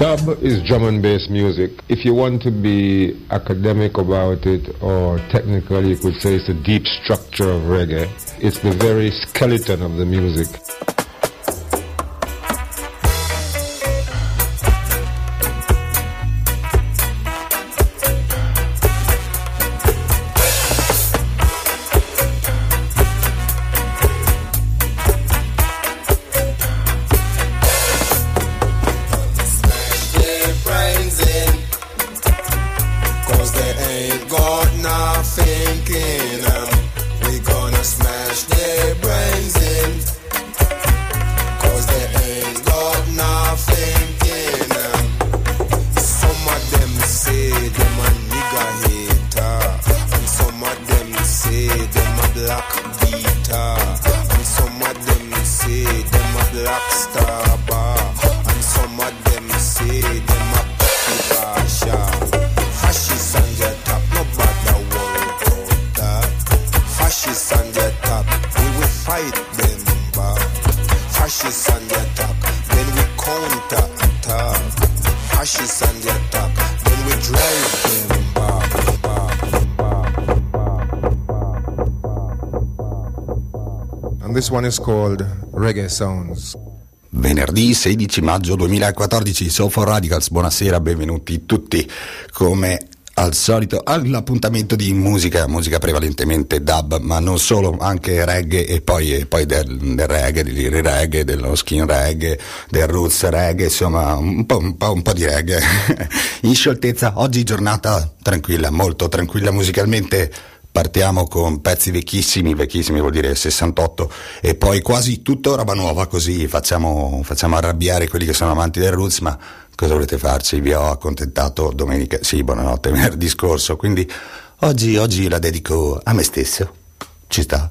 Dub is drum and bass music. If you want to be academic about it or technical, you could say it's the deep structure of reggae. It's the very skeleton of the music. This one is called Reggae Sounds. Venerdì 16 maggio 2014, So For Radicals, buonasera, benvenuti tutti come al solito all'appuntamento di musica prevalentemente dub, ma non solo, anche reggae e poi del reggae, del reggae, dello skin reggae, del roots reggae, insomma un po' di reggae in scioltezza. Oggi giornata tranquilla, molto tranquilla musicalmente. Partiamo con pezzi vecchissimi vuol dire 68, e poi quasi tutto roba nuova, così facciamo arrabbiare quelli che sono amanti del roots, ma cosa volete farci? Vi ho accontentato buonanotte, venerdì scorso, quindi oggi la dedico a me stesso, ci sta.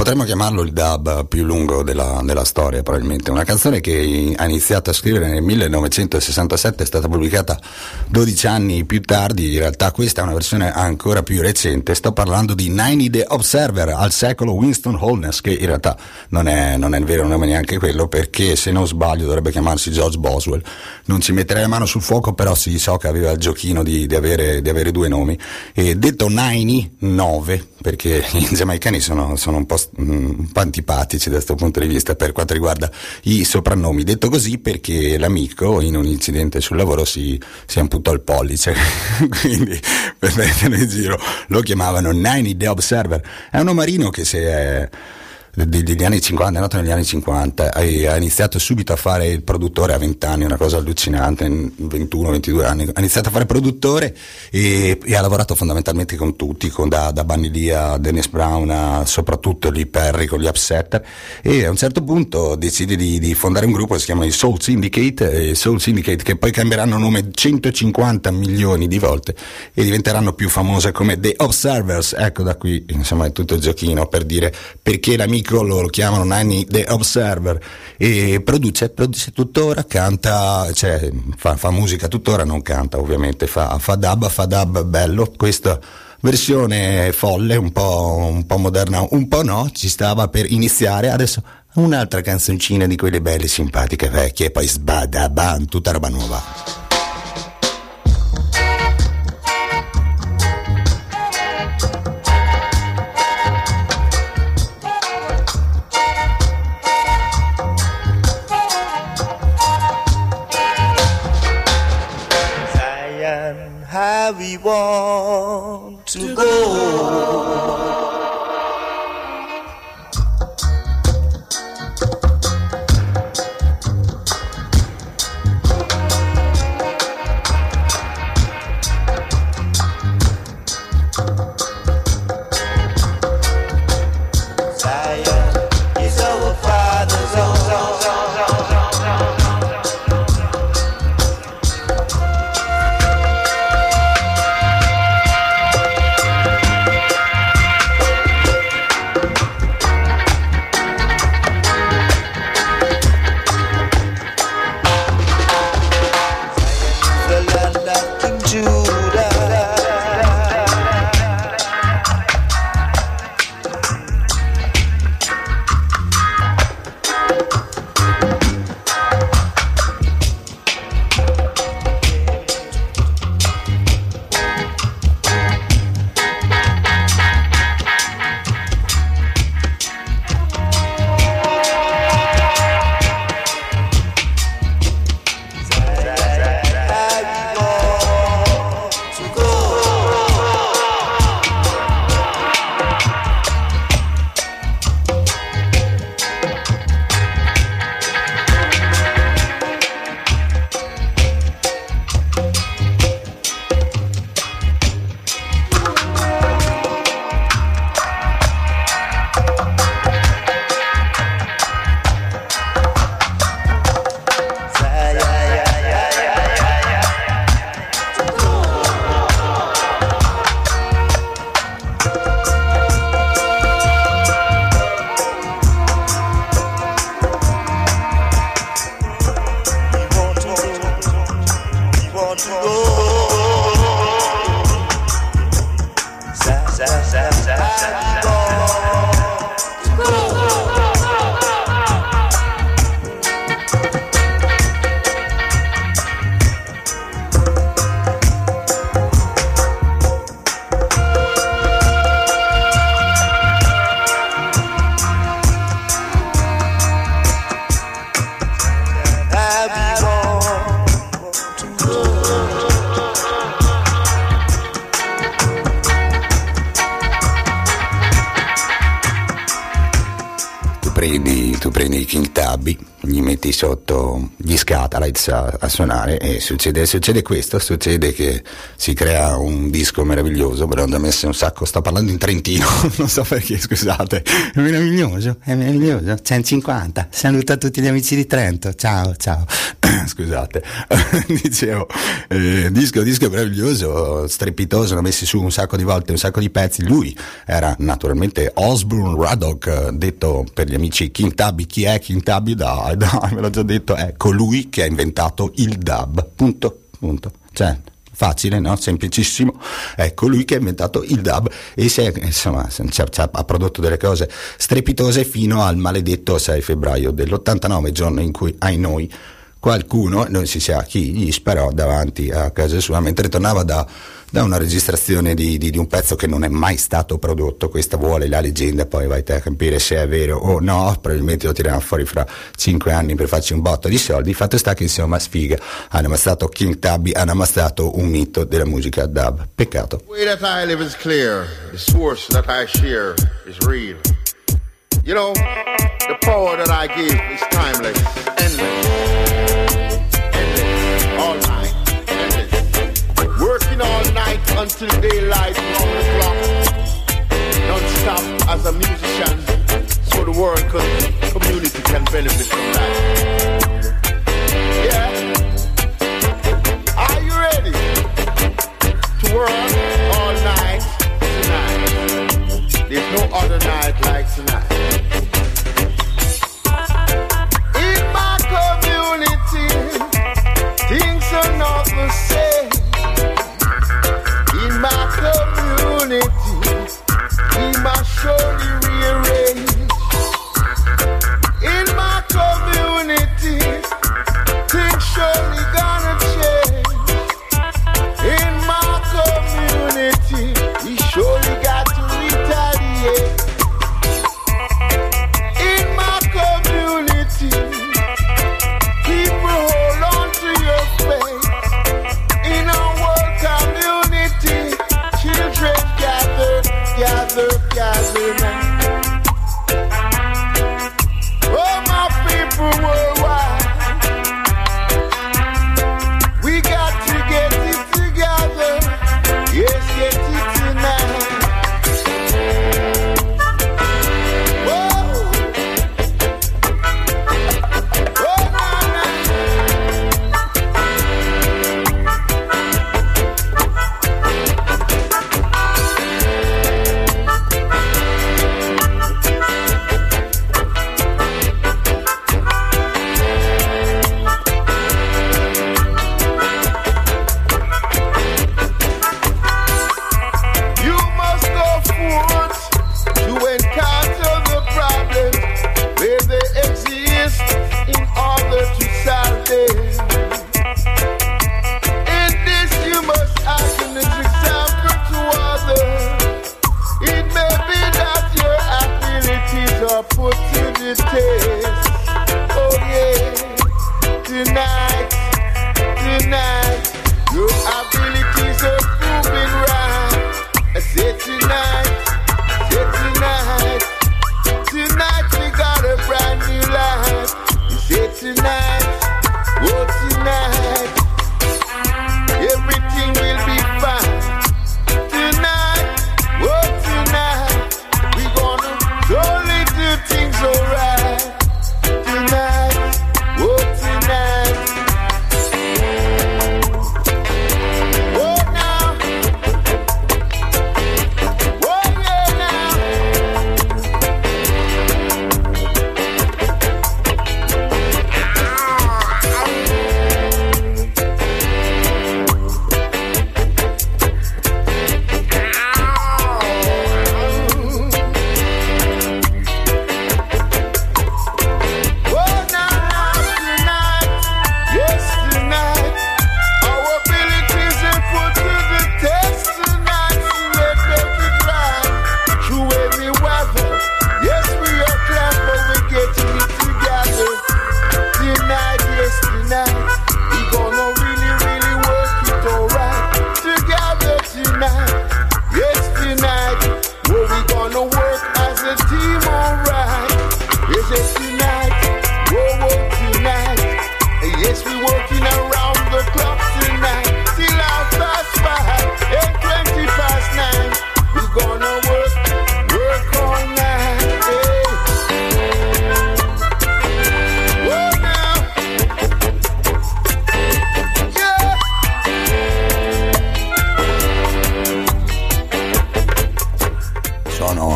Potremmo chiamarlo il dub più lungo della storia, probabilmente. Una canzone che ha iniziato a scrivere nel 1967, è stata pubblicata 12 anni più tardi. In realtà questa è una versione ancora più recente. Sto parlando di 90 The Observer, al secolo Winston Holness, che in realtà non è il vero nome neanche quello, perché se non sbaglio dovrebbe chiamarsi George Boswell. Non ci metterei la mano sul fuoco, però sì, so che aveva il giochino di avere due nomi. E detto 90, 9, perché i giamaicani sono un po' antipatici da questo punto di vista per quanto riguarda i soprannomi. Detto così perché l'amico in un incidente sul lavoro si amputò il pollice, quindi per metterlo in giro lo chiamavano 90 The Observer. È un omarino che degli anni 50, è nato negli anni 50, ha iniziato subito a fare il produttore a 20 anni, una cosa allucinante, 21-22 anni, ha iniziato a fare produttore e ha lavorato fondamentalmente con tutti, da Bunny Lee a Dennis Brown, soprattutto Lee Perry con gli Upsetter, e a un certo punto decide di fondare un gruppo che si chiama i Soul Syndicate, che poi cambieranno nome 150 milioni di volte e diventeranno più famose come The Observers. Ecco, da qui insomma è tutto il giochino per dire perché l'amico lo chiamano 90 The Observer, e produce tuttora, canta, cioè fa musica tuttora, non canta ovviamente, fa dub bello. Questa versione folle, un po' moderna, un po' no, ci stava per iniziare. Adesso un'altra canzoncina di quelle belle, simpatiche, vecchie, e poi sbadabam, tutta roba nuova. How we want to go. prendi i King Tubby, gli metti sotto gli Skatalites a suonare e succede questo, succede che si crea un disco meraviglioso, però da me un sacco, sto parlando in trentino, non so perché, scusate, è meraviglioso, 150, saluto a tutti gli amici di Trento, ciao, scusate, dicevo, disco meraviglioso, strepitoso, l'ho messi su un sacco di volte, un sacco di pezzi. Lui era naturalmente Osbourne Ruddock, detto per gli amici King Tubby. Chi è King Tubby? Dai, me l'ho già detto, è colui che ha inventato il dub, punto, cioè facile, no? Semplicissimo. È colui che ha inventato il dub e ha prodotto delle cose strepitose fino al maledetto 6 febbraio dell'89, giorno in cui, ai noi, qualcuno, non si sa chi, gli sparò davanti a casa sua mentre tornava da una registrazione di un pezzo che non è mai stato prodotto. Questa vuole la leggenda, poi vai te a capire se è vero o no, probabilmente lo tireranno fuori fra 5 anni per farci un botto di soldi. Il fatto sta che insomma sfiga, hanno ammazzato King Tubby, hanno ammazzato un mito della musica dub, peccato. The way that I live is clear, the source that I share is real. You know, the power that I give is timeless, endless, all night, endless. Working all night until daylight, round the clock, non-stop as a musician, so the world community can benefit from that. Yeah, are you ready to work all night tonight? There's no other night like tonight. In my community, things are not the same. In my community, we must surely rearrange. In my community, things surely gonna change. In my community, we surely got to retaliate. In my community, people hold on to your faith. In our world community, children gather now. Oh, my people worldwide, we got to get it together. Yes, get it tonight. Whoa. Oh, you must go forth to encounter the problems where they exist in order to solve them. In this you must act as an example to others. It may be that your abilities are put to the test. Oh yeah, tonight, your abilities are proven right. I said tonight, we got a brand new life. You said tonight, oh tonight, everything will be fine. Tonight, oh tonight, we gonna totally do things alright.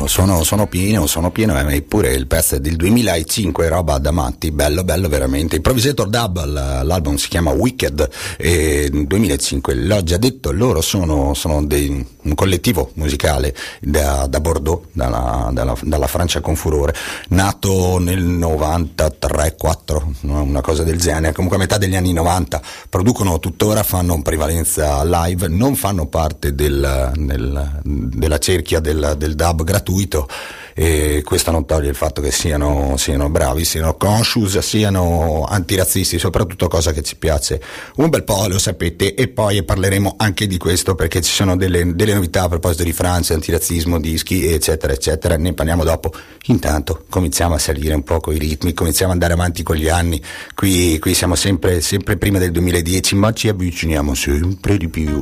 sono pieno, eppure il pezzo è del 2005, roba da matti, bello veramente. Improvisator Dub, l'album si chiama Wicked, e nel 2005, l'ho già detto, loro sono un collettivo musicale da Bordeaux, dalla Francia con furore, nato nel 93-4, una cosa del genere, comunque a metà degli anni 90, producono tuttora, fanno prevalenza live, non fanno parte della cerchia del dub gratuito, e questo non toglie il fatto che siano bravi, siano conscious, siano antirazzisti, soprattutto, cosa che ci piace un bel po', lo sapete, e poi parleremo anche di questo perché ci sono delle novità a proposito di Francia, antirazzismo, dischi, eccetera, ne parliamo dopo. Intanto cominciamo a salire un po' coi ritmi, cominciamo ad andare avanti con gli anni, qui siamo sempre prima del 2010, ma ci avviciniamo sempre di più.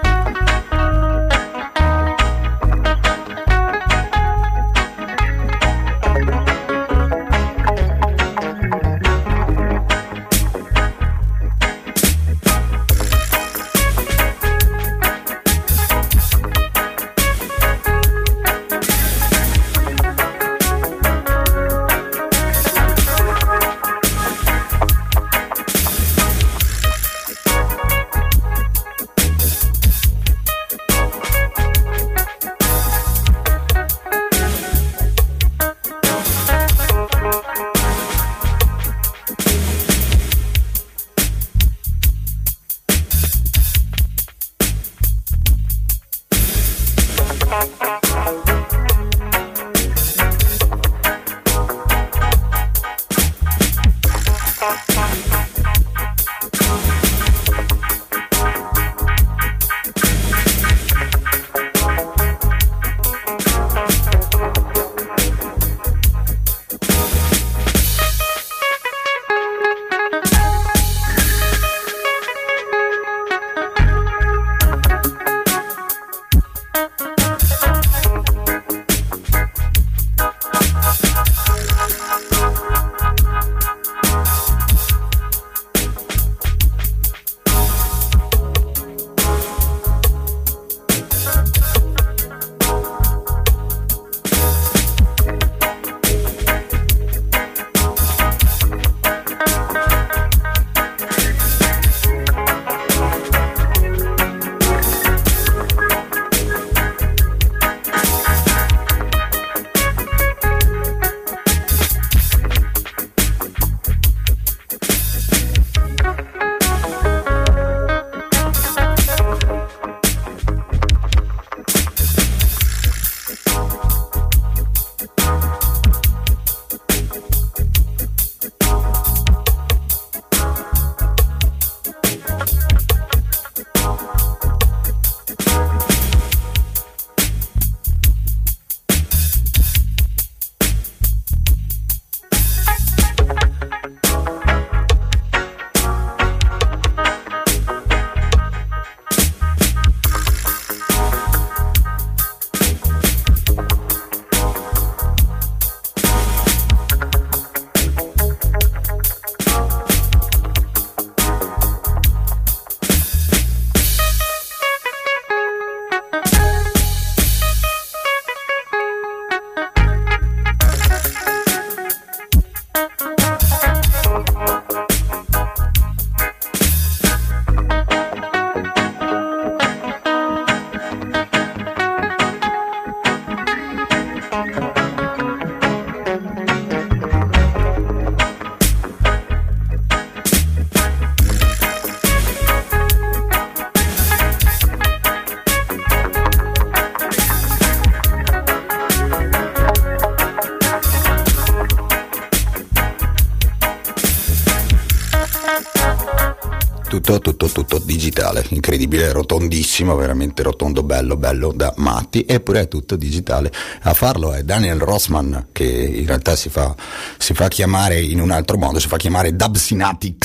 tutto digitale, incredibile, rotondissimo, veramente rotondo, bello da matti, eppure è tutto digitale. A farlo è Daniel Rossman, che in realtà si fa chiamare in un altro modo, si fa chiamare Dub Synaptics,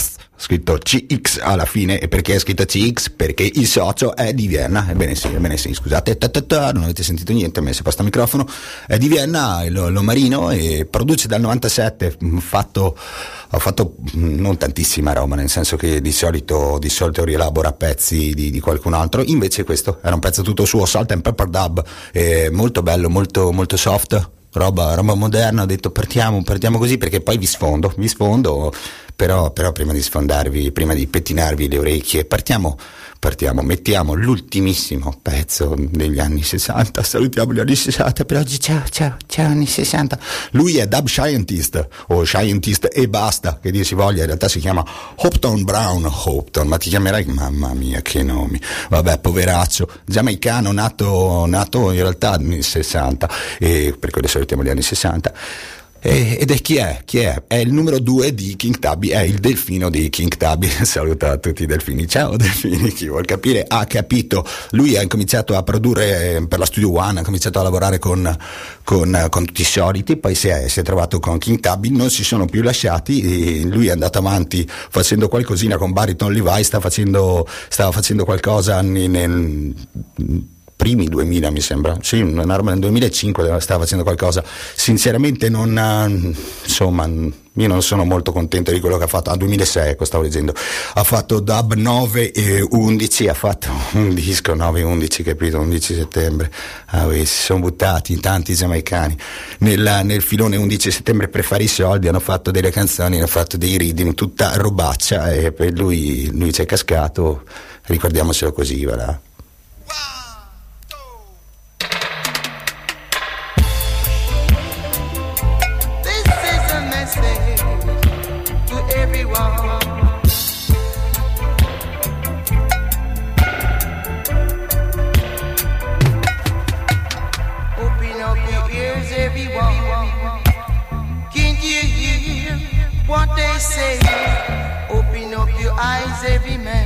scritto CX alla fine. E perché è scritto CX? Perché il socio è di Vienna. Ebbene sì, scusate, non avete sentito niente, a me si passa il microfono. È di Vienna, lo marino, e produce dal 97. Ho fatto non tantissima roba, nel senso che di solito rielabora pezzi di qualcun altro. Invece questo era un pezzo tutto suo, Salt and Pepper Dub, molto bello, molto, molto soft, roba moderna. Ho detto partiamo così, perché poi vi sfondo, però prima di sfondarvi, prima di pettinarvi le orecchie, partiamo, mettiamo l'ultimissimo pezzo degli anni 60. Salutiamo gli anni 60 per oggi. Ciao anni 60. Lui è Dub Scientist, o Scientist e basta, che dir si voglia. In realtà si chiama Hopton Brown. Hopton, ma ti chiamerai, mamma mia che nomi, vabbè, poveraccio, giamaicano, nato in realtà anni 60, e per quello salutiamo gli anni 60. Ed è chi è? È il numero 2 di King Tubby, è il delfino di King Tubby. Saluto a tutti i delfini, ciao delfini, chi vuol capire ha capito. Lui ha incominciato a produrre per la Studio One, ha cominciato a lavorare con tutti i soliti, poi si è trovato con King Tubby, non si sono più lasciati, e lui è andato avanti facendo qualcosina con Bariton Levi, stava facendo qualcosa nel primi 2000, mi sembra, sì, una roba nel 2005 stava facendo qualcosa. Sinceramente io non sono molto contento di quello che ha fatto. 2006, ecco, stavo leggendo, ha fatto Dub 9 e 11, ha fatto un disco 9 e 11, capito, 11 settembre, si sono buttati tanti giamaicani nel filone 11 settembre per fare i soldi, hanno fatto delle canzoni, hanno fatto dei rhythm, tutta robaccia, e per lui c'è cascato, ricordiamocelo così, va là. What they say, open up your eyes, every man.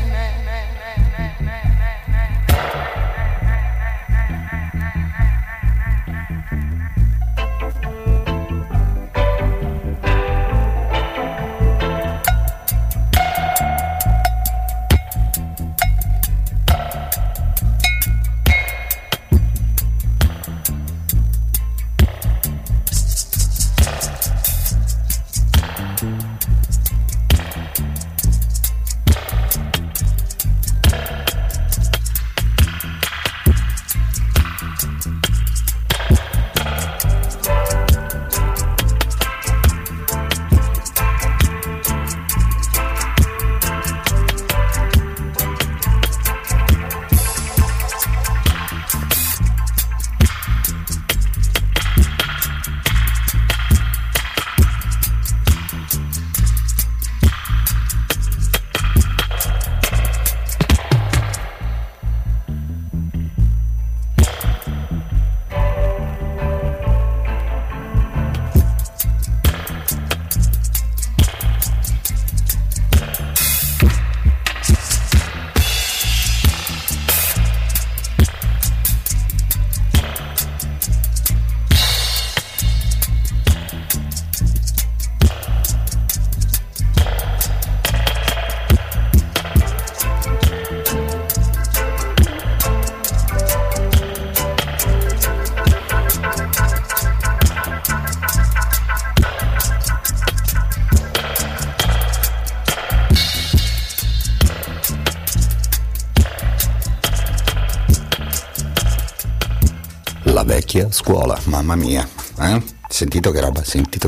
La vecchia scuola, mamma mia, Sentito che roba, senti.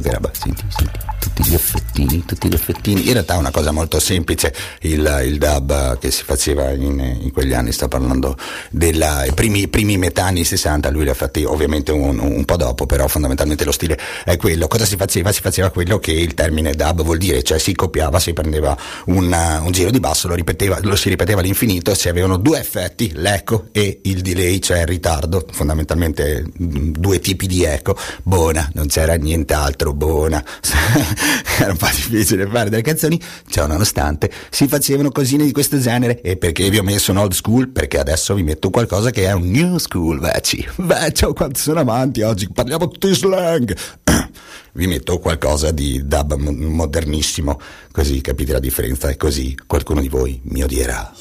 Tutti gli effettini. In realtà è una cosa molto semplice, il dub che si faceva in quegli anni, sto parlando dei primi metà anni 60, lui li ha fatti ovviamente un po' dopo, però fondamentalmente lo stile è quello. Cosa si faceva? Si faceva quello che il termine dub vuol dire, cioè si copiava, si prendeva un giro di basso, lo si ripeteva all'infinito, si avevano due effetti, l'eco e il delay, cioè il ritardo, fondamentalmente due tipi di eco, buona, non c'era nient'altro, buona. era un po' difficile fare delle canzoni, ciò nonostante si facevano cosine di questo genere. E perché vi ho messo un old school? Perché adesso vi metto qualcosa che è un new school, vecchi. Ciao, quanto sono avanti oggi, parliamo tutti slang. Vi metto qualcosa di dub modernissimo, così capite la differenza e così qualcuno di voi mi odierà.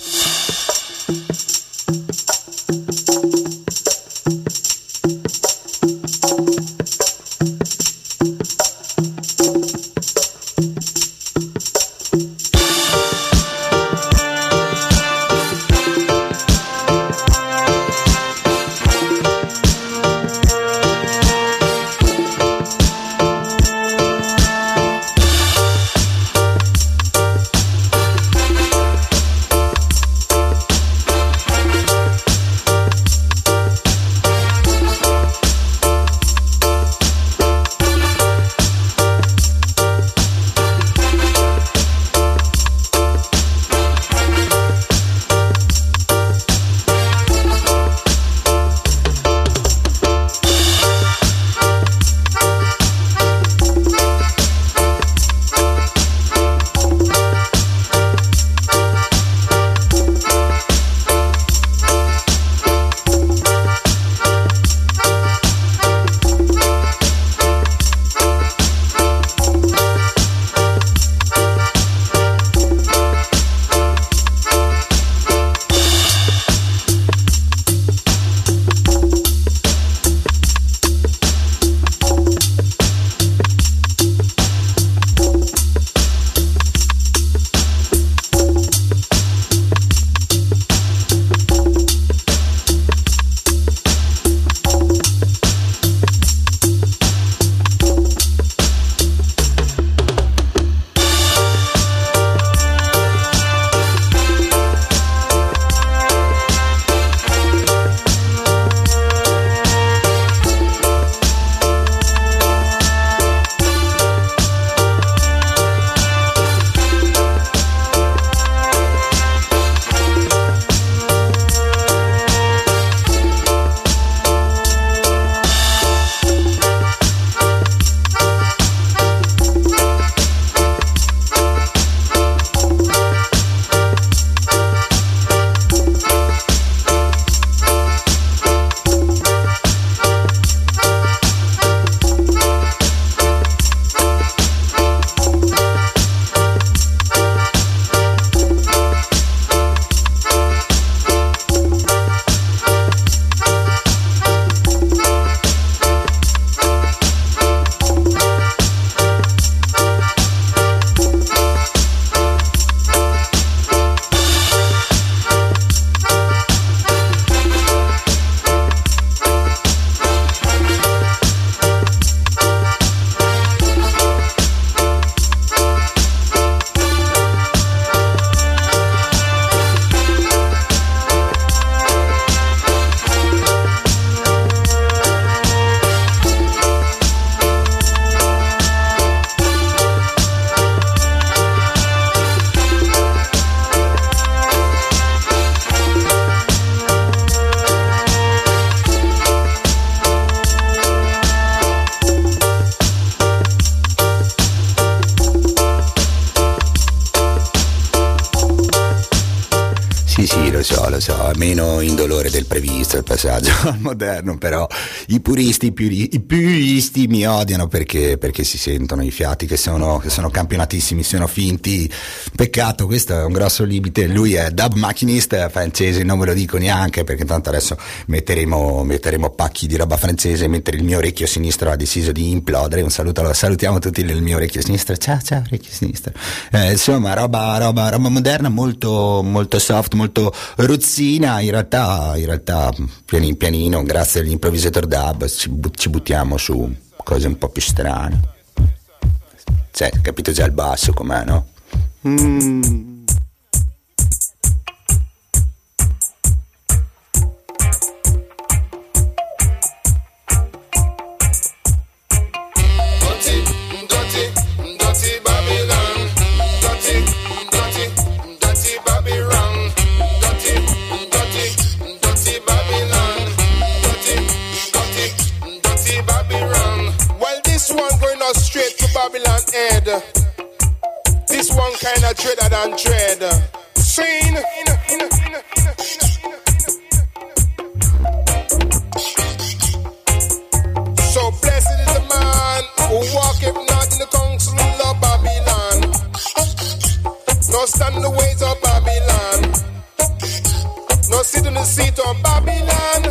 Lo so, meno indolore del previsto il passaggio al moderno, però i puristi mi odiano perché si sentono i fiati che sono campionatissimi, sono finti. Peccato, questo è un grosso limite. Lui è dub machinist francese, non ve lo dico neanche perché tanto adesso metteremo pacchi di roba francese, mentre il mio orecchio sinistro ha deciso di implodere. Un saluto, salutiamo tutti il mio orecchio sinistro. Ciao orecchio sinistro. Insomma, roba moderna, molto molto soft, molto ruzzina. In realtà pianino, grazie all'improvvisator dub ci buttiamo su cose un po' più strane. Cioè, capito già il basso com'è, no? Babylon. head. This one kind of dreader than dread. Seen. So blessed is the man who walketh not in the counsel of Babylon, nor stand in the ways of Babylon, nor sit in the seat of Babylon.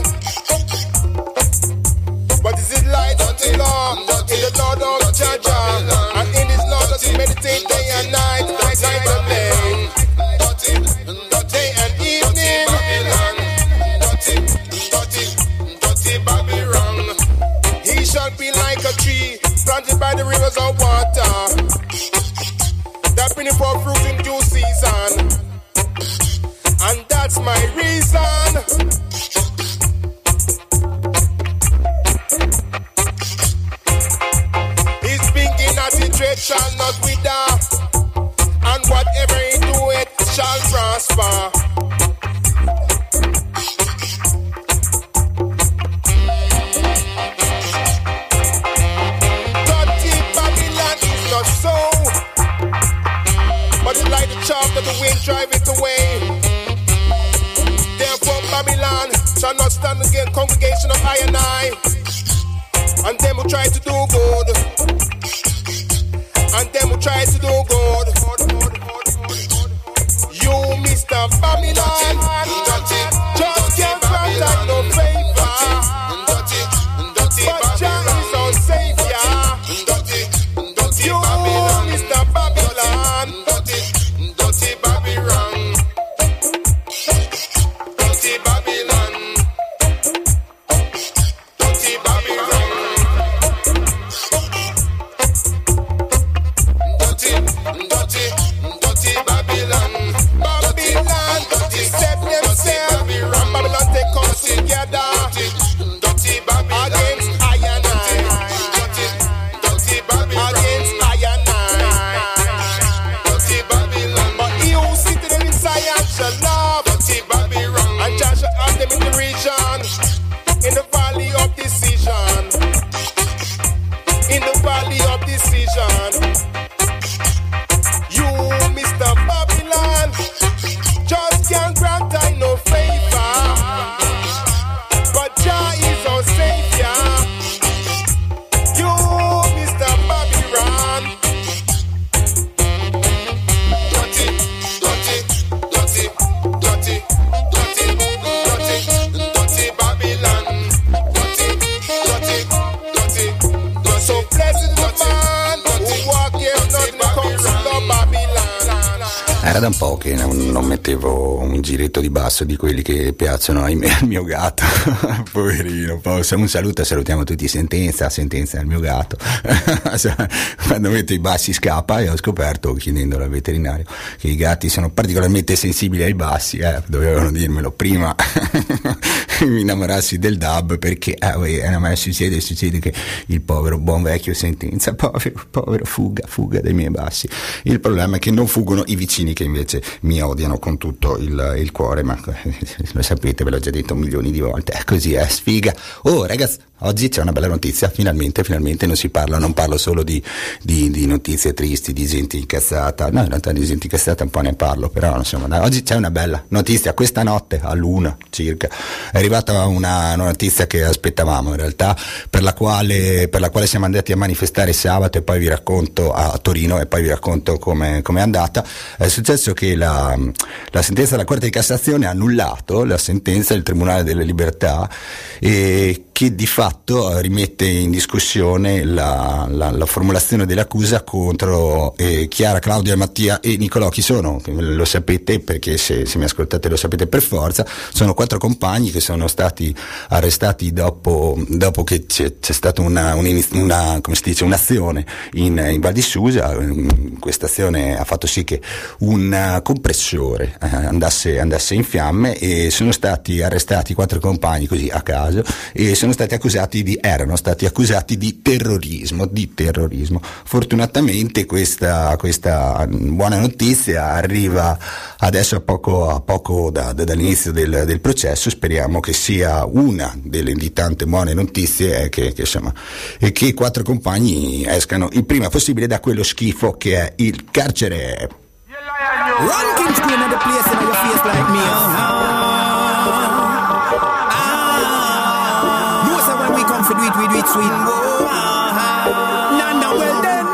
But is it light unto the Lord, in the Lord of Jah, and in his law does he meditate day and night, night and day, day and evening. Dirty Babylon. He shall be like a tree planted by the rivers of water, that bring forth fruit in due season. And that's my reason. He's thinking that the trade shall not wither, and whatever he do it shall prosper. That the wind drive it away. Therefore Babylon shall not stand against congregation of I and I, and them who try to do good, and them who try to do good. You Mr. Babylon, just can't grant like no favor, but Jah is our savior. You Mr. Babylon, dirty Babylon, dirty Babylon, dirty Babylon, dirty Babylon, Babylon, set themselves, and Babylon take us together, dirty Babylon, against I and I, dirty Babylon, against I and I, dirty Babylon. But he who sitteth in Zion shall love, dirty Babylon, and Jah shall have them in the region, in the valley of decision, in the valley of decision. You, Mr. Babylon, just can't grant I no favor, but Jah is our savior. You, Mr. Babylon, dirty Babylon, dirty. So blessed is the man who walketh not in the counsel of Babylon. Era da un po' che non mettevo un giretto di basso di quelli che piacciono al mio gatto. Poverino. Poi un saluto, salutiamo tutti Sentenza al mio gatto. Quando metto i bassi scappa, e ho scoperto, chiedendolo al veterinario, che i gatti sono particolarmente sensibili ai bassi. Dovevano dirmelo prima. Mi innamorassi del dub, perché succede che il povero buon vecchio Sentenza, povero fuga dai miei bassi. Il problema è che non fuggono i vicini, che invece mi odiano con tutto il cuore, ma lo sapete, ve l'ho già detto milioni di volte, è così, è sfiga. Oh ragazzi, oggi c'è una bella notizia, finalmente non parlo solo di notizie tristi, di gente incazzata. No, in realtà di gente incazzata un po' ne parlo, però insomma, oggi c'è una bella notizia. Questa notte all'1 circa è arrivata una notizia che aspettavamo, in realtà, per la quale siamo andati a manifestare sabato, e poi vi racconto, a Torino, e poi vi racconto come è andata. È successo che la sentenza della Corte di Cassazione ha annullato la sentenza del Tribunale delle Libertà, e che di fatto rimette in discussione la formulazione dell'accusa contro Chiara, Claudia, Mattia e Nicolò. Chi sono? Lo sapete, perché se mi ascoltate lo sapete per forza. Sono 4 compagni che sono stati arrestati dopo che c'è stata un'azione in Val di Susa. Questa azione ha fatto sì che un compressore andasse in fiamme, e sono stati arrestati 4 compagni così a caso, e sono stati accusati erano stati accusati di terrorismo. Fortunatamente questa buona notizia arriva adesso a poco dall'inizio del processo. Speriamo che sia una delle di tante buone notizie che i 4 compagni escano il prima possibile da quello schifo che è il carcere. Ranking screen at the place in your face like me. No, so when we come for do it sweet. Nah, well then.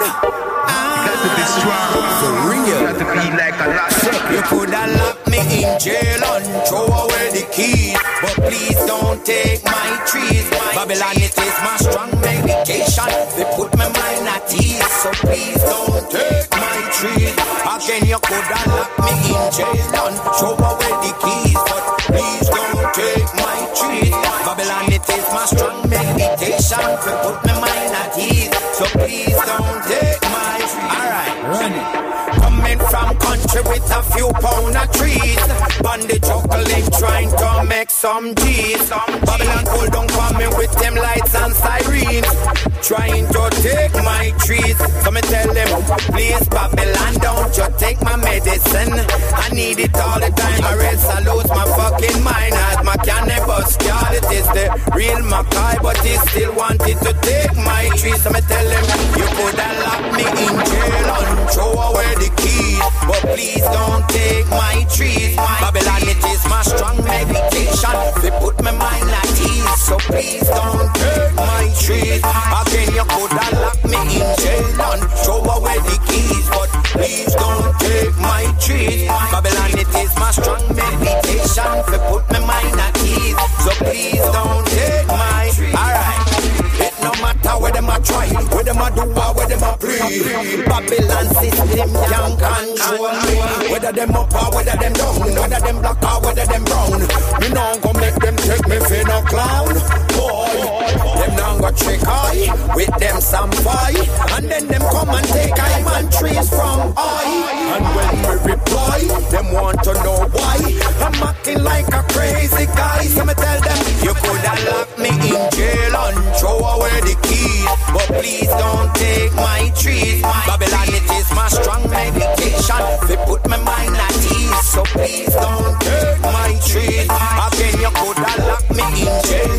Got to be strong. For real. Got to be like a lot. You coulda locked me in jail and throw away the keys, but please don't take my trees. Babylon, it is my strong medication. They put my mind at ease, so please don't take my trees. Again, you coulda locked me in jail and throw away the keys, but please don't take my trees. Babylon, it is my strong meditation. They put my mind at ease, so please don't take my trees. Alright, run it. Coming from country with a few pound of trees, bandit juggling trying to make some G's. Babylon pull down coming with them lights and sirens, trying to take my trees. So me tell them, please Babylon, don't you take my medicine. I need it all the time, or else I lose my fucking mind. As my cannabis god, it is the real Mackay, but he still wanted to take my trees. So me tell them, you could have locked me in jail and throw away the keys, but please don't take my trees. Babylon, it is my strong meditation. They put my mind at ease, so please don't take my trees. Again, you could have locked me in jail and throw away the keys, but please don't take my trees. Babylon, it is my strong meditation. They put my mind at ease, so please don't take my trees. Alright. It no matter where them a try, where them a do or where them a play. Babylon system can't control me. Whether them up or whether them down, whether them black or whether them brown. Me now go make them take me for no clown. Boy, them now go trick I with them some boy, and then them come and take I man trees from I. And when we reply, them want to know why I'm acting like a crazy guy. So me tell them, you could have locked me in jail and throw away the keys, but please don't take my trees. Babylon, it is my strong meditation. They put my mind at ease, so please don't take my trees. Again, you could have locked me in jail.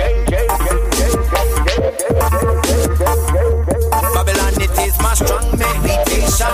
Babylon, it is my strong meditation.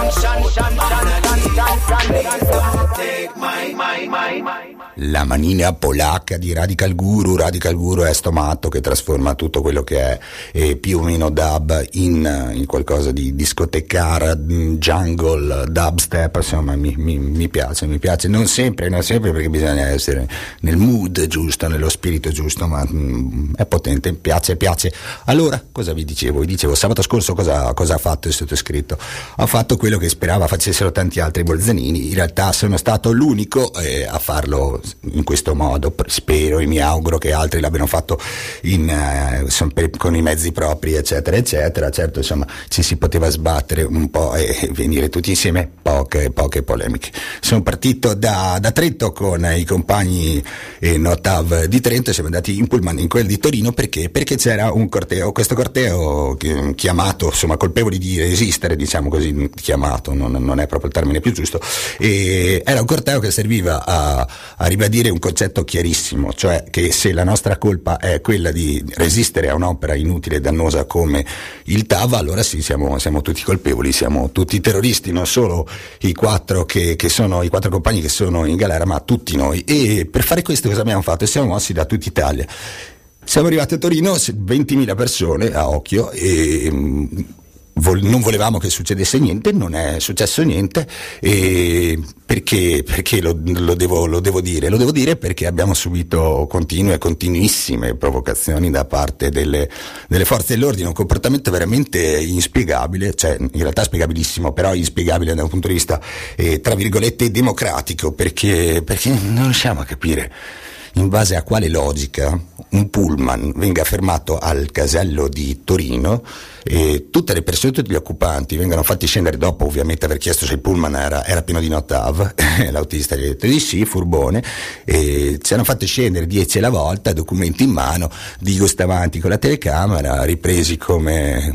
Please don't take my. La manina polacca di Radical Guru. Radical Guru è sto matto che trasforma tutto quello che è più o meno dub in qualcosa di discotecara, jungle, dubstep, insomma mi piace, non sempre perché bisogna essere nel mood giusto, nello spirito giusto, ma è potente, piace. Allora, cosa vi dicevo? Sabato scorso cosa ha fatto il sottoscritto? Ha fatto quello che sperava facessero tanti altri bolzanini. In realtà sono stato l'unico a farlo in questo modo. Spero e mi auguro che altri l'abbiano fatto con i mezzi propri, eccetera. Certo, insomma, ci si poteva sbattere un po' e venire tutti insieme, poche polemiche. Sono partito da Trento con i compagni Notav di Trento, siamo andati in pullman in quel di Torino perché c'era un corteo, questo corteo chiamato, insomma, colpevoli di resistere, diciamo così, chiamato, non è proprio il termine più giusto, e era un corteo che serviva a ribadire un concetto chiarissimo, cioè che se la nostra colpa è quella di resistere a un'opera inutile e dannosa come il TAV, allora sì, siamo tutti colpevoli, siamo tutti terroristi, non solo i 4 che sono i 4 compagni che sono in galera, ma tutti noi. E per fare questo cosa abbiamo fatto? Siamo mossi da tutta Italia. Siamo arrivati a Torino, 20.000 persone a occhio, e non volevamo che succedesse niente, non è successo niente, e perché lo devo dire perché abbiamo subito continuissime provocazioni da parte delle forze dell'ordine, un comportamento veramente inspiegabile, cioè in realtà spiegabilissimo, però inspiegabile da un punto di vista tra virgolette democratico, perché non riusciamo a capire in base a quale logica un pullman venga fermato al casello di Torino e tutte le persone, tutti gli occupanti vengano fatti scendere dopo ovviamente aver chiesto se il pullman era pieno di notav. L'autista gli ha detto di sì, furbone, e ci hanno fatto scendere 10 alla volta, documenti in mano, Digo avanti con la telecamera, ripresi come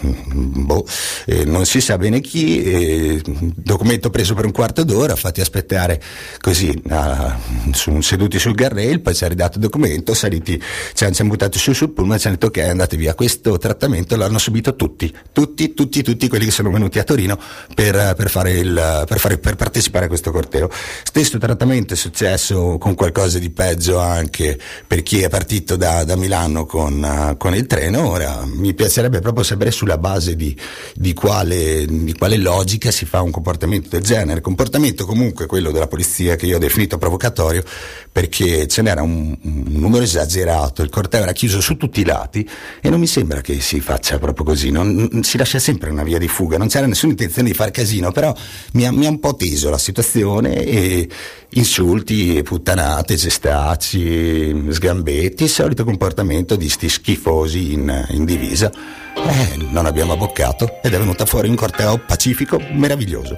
non si sa bene chi, documento preso per un quarto d'ora, fatti aspettare così seduti sul guardrail, poi ci ha ridato il documento, saliti, ci hanno buttato sul pullman, ci hanno detto ok, andate via. Questo trattamento l'hanno subito tutti quelli che sono venuti a Torino per partecipare a questo corteo. Stesso trattamento è successo con qualcosa di peggio anche per chi è partito da Milano con il treno. Ora mi piacerebbe proprio sapere sulla base di quale logica si fa un comportamento del genere, comportamento comunque quello della polizia che io ho definito provocatorio, perché ce n'era un numero esagerato, il corteo era chiuso su tutti i lati e non mi sembra che si faccia proprio così, non si lascia sempre una via di fuga, non c'era nessuna intenzione di fare casino, però mi ha un po' teso la situazione, e insulti, puttanate, gestacci, sgambetti, il solito comportamento di sti schifosi in divisa. Non abbiamo abboccato ed è venuta fuori un corteo pacifico meraviglioso.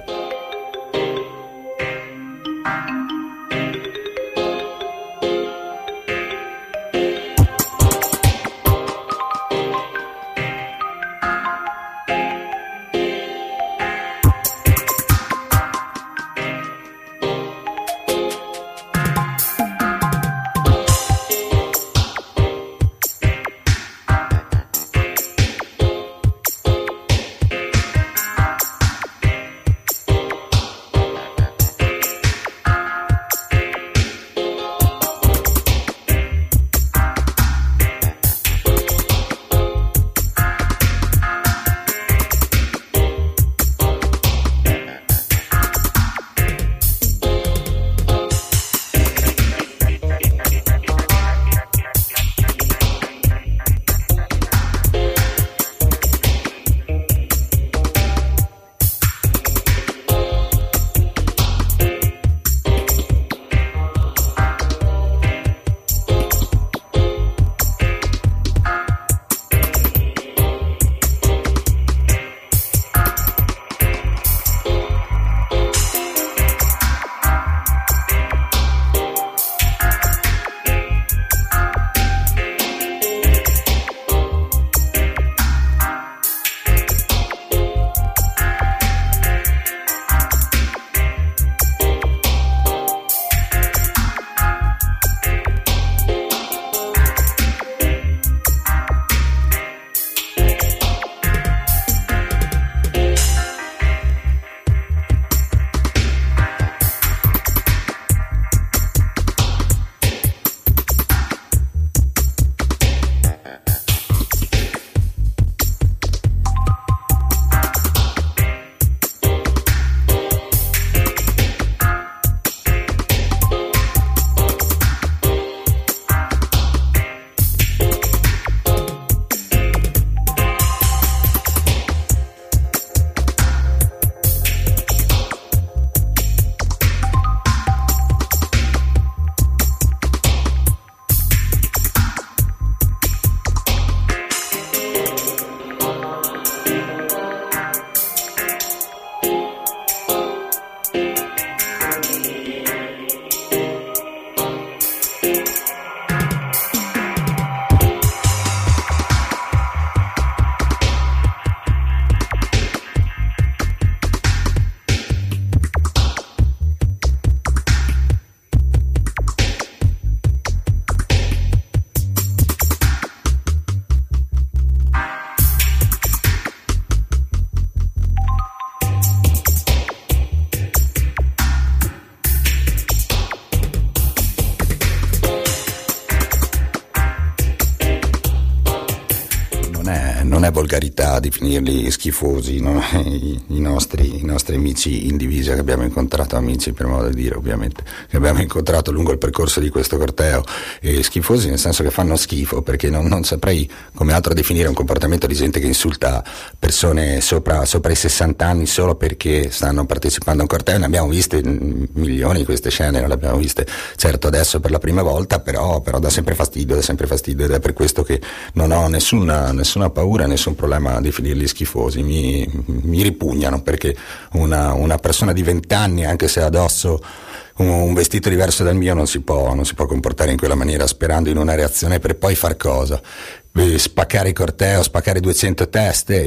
non è volgarità definirli schifosi, no? I nostri amici in divisa che abbiamo incontrato, amici per modo di dire ovviamente, che abbiamo incontrato lungo il percorso di questo corteo, e schifosi nel senso che fanno schifo, perché non saprei come altro definire un comportamento di gente che insulta persone sopra i 60 anni solo perché stanno partecipando a un corteo. Ne abbiamo viste milioni di queste scene, non le abbiamo viste certo adesso per la prima volta, però dà sempre fastidio, ed è per questo che non ho nessuna paura, nessun problema a definirli schifosi. Mi ripugnano, perché una persona di 20 anni, anche se addosso un vestito diverso dal mio, non si può comportare in quella maniera, sperando in una reazione per poi far cosa? Spaccare il corteo, spaccare 200 teste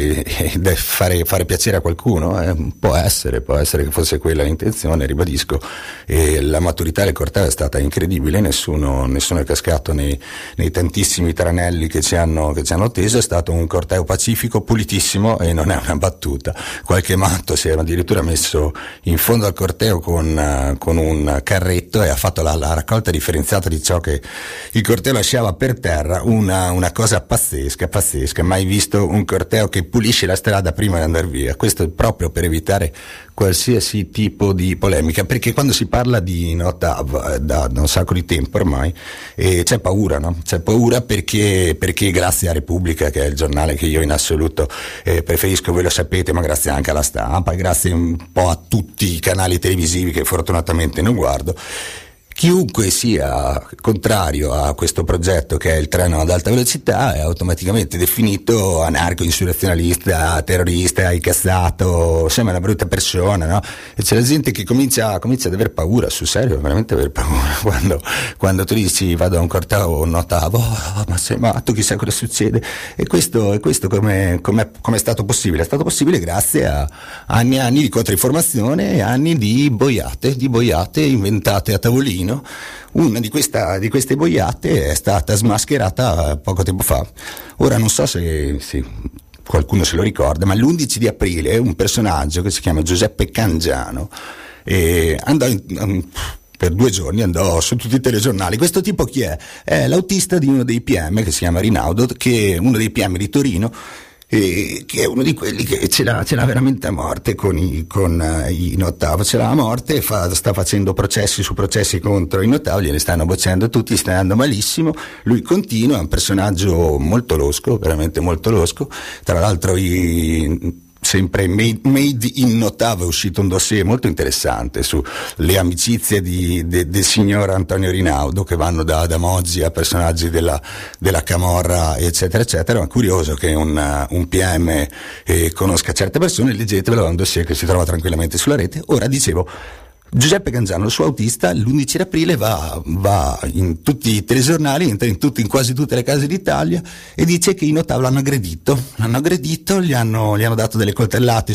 e fare piacere a qualcuno. Può essere che fosse quella l'intenzione, ribadisco, e la maturità del corteo è stata incredibile, nessuno è cascato nei tantissimi tranelli che ci hanno teso. È stato un corteo pacifico, pulitissimo, e non è una battuta. Qualche matto si era addirittura messo in fondo al corteo con un carretto e ha fatto la raccolta differenziata di ciò che il corteo lasciava per terra. Una cosa pazzesca, mai visto un corteo che pulisce la strada prima di andare via. Questo è proprio per evitare qualsiasi tipo di polemica, perché quando si parla di Notav da un sacco di tempo ormai c'è paura, no? C'è paura perché grazie a Repubblica, che è il giornale che io in assoluto preferisco, voi lo sapete, ma grazie anche alla Stampa, grazie un po' a tutti i canali televisivi che fortunatamente non guardo, chiunque sia contrario a questo progetto, che è il treno ad alta velocità, è automaticamente definito anarco-insurrezionalista, terrorista, incazzato, sembra una brutta persona, no? E c'è la gente che comincia ad aver paura, sul serio, veramente aver paura, quando tu dici vado a un corteo Notav, ma sei matto, chissà cosa succede. E questo come è stato possibile? È stato possibile grazie a anni e anni di controinformazione e anni di boiate inventate a tavolino. Una di queste boiate è stata smascherata poco tempo fa. Ora non so se qualcuno se lo ricorda, ma l'11 di aprile un personaggio che si chiama Giuseppe Cangiano andò per 2 giorni, andò su tutti i telegiornali. Questo tipo chi è? È l'autista di uno dei PM che si chiama Rinaudo, che è uno dei PM di Torino, che è uno di quelli che ce l'ha veramente a morte con i Notav, ce l'ha a morte e sta facendo processi su processi contro i Notav, glieli stanno bocciando tutti, sta andando malissimo. Lui continua, è un personaggio molto losco, veramente molto losco. Tra l'altro sempre made in Notav è uscito un dossier molto interessante sulle amicizie del signor Antonio Rinaudo, che vanno da Moggi a personaggi della Camorra eccetera eccetera. Ma curioso che un PM conosca certe persone, leggetevelo, è un dossier che si trova tranquillamente sulla rete. Ora dicevo, Giuseppe Cangiano, il suo autista, l'11 aprile va in tutti i telegiornali, entra in quasi tutte le case d'Italia e dice che i Notav l'hanno aggredito, gli hanno dato delle coltellate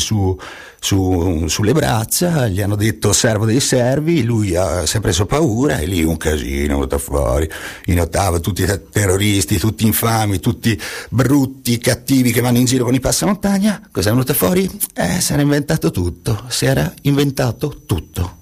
sulle braccia, gli hanno detto servo dei servi, lui si è preso paura e lì un casino è venuto fuori. I Notav tutti terroristi, tutti infami, tutti brutti, cattivi che vanno in giro con i passamontagna. Cosa è venuto fuori? Si era inventato tutto.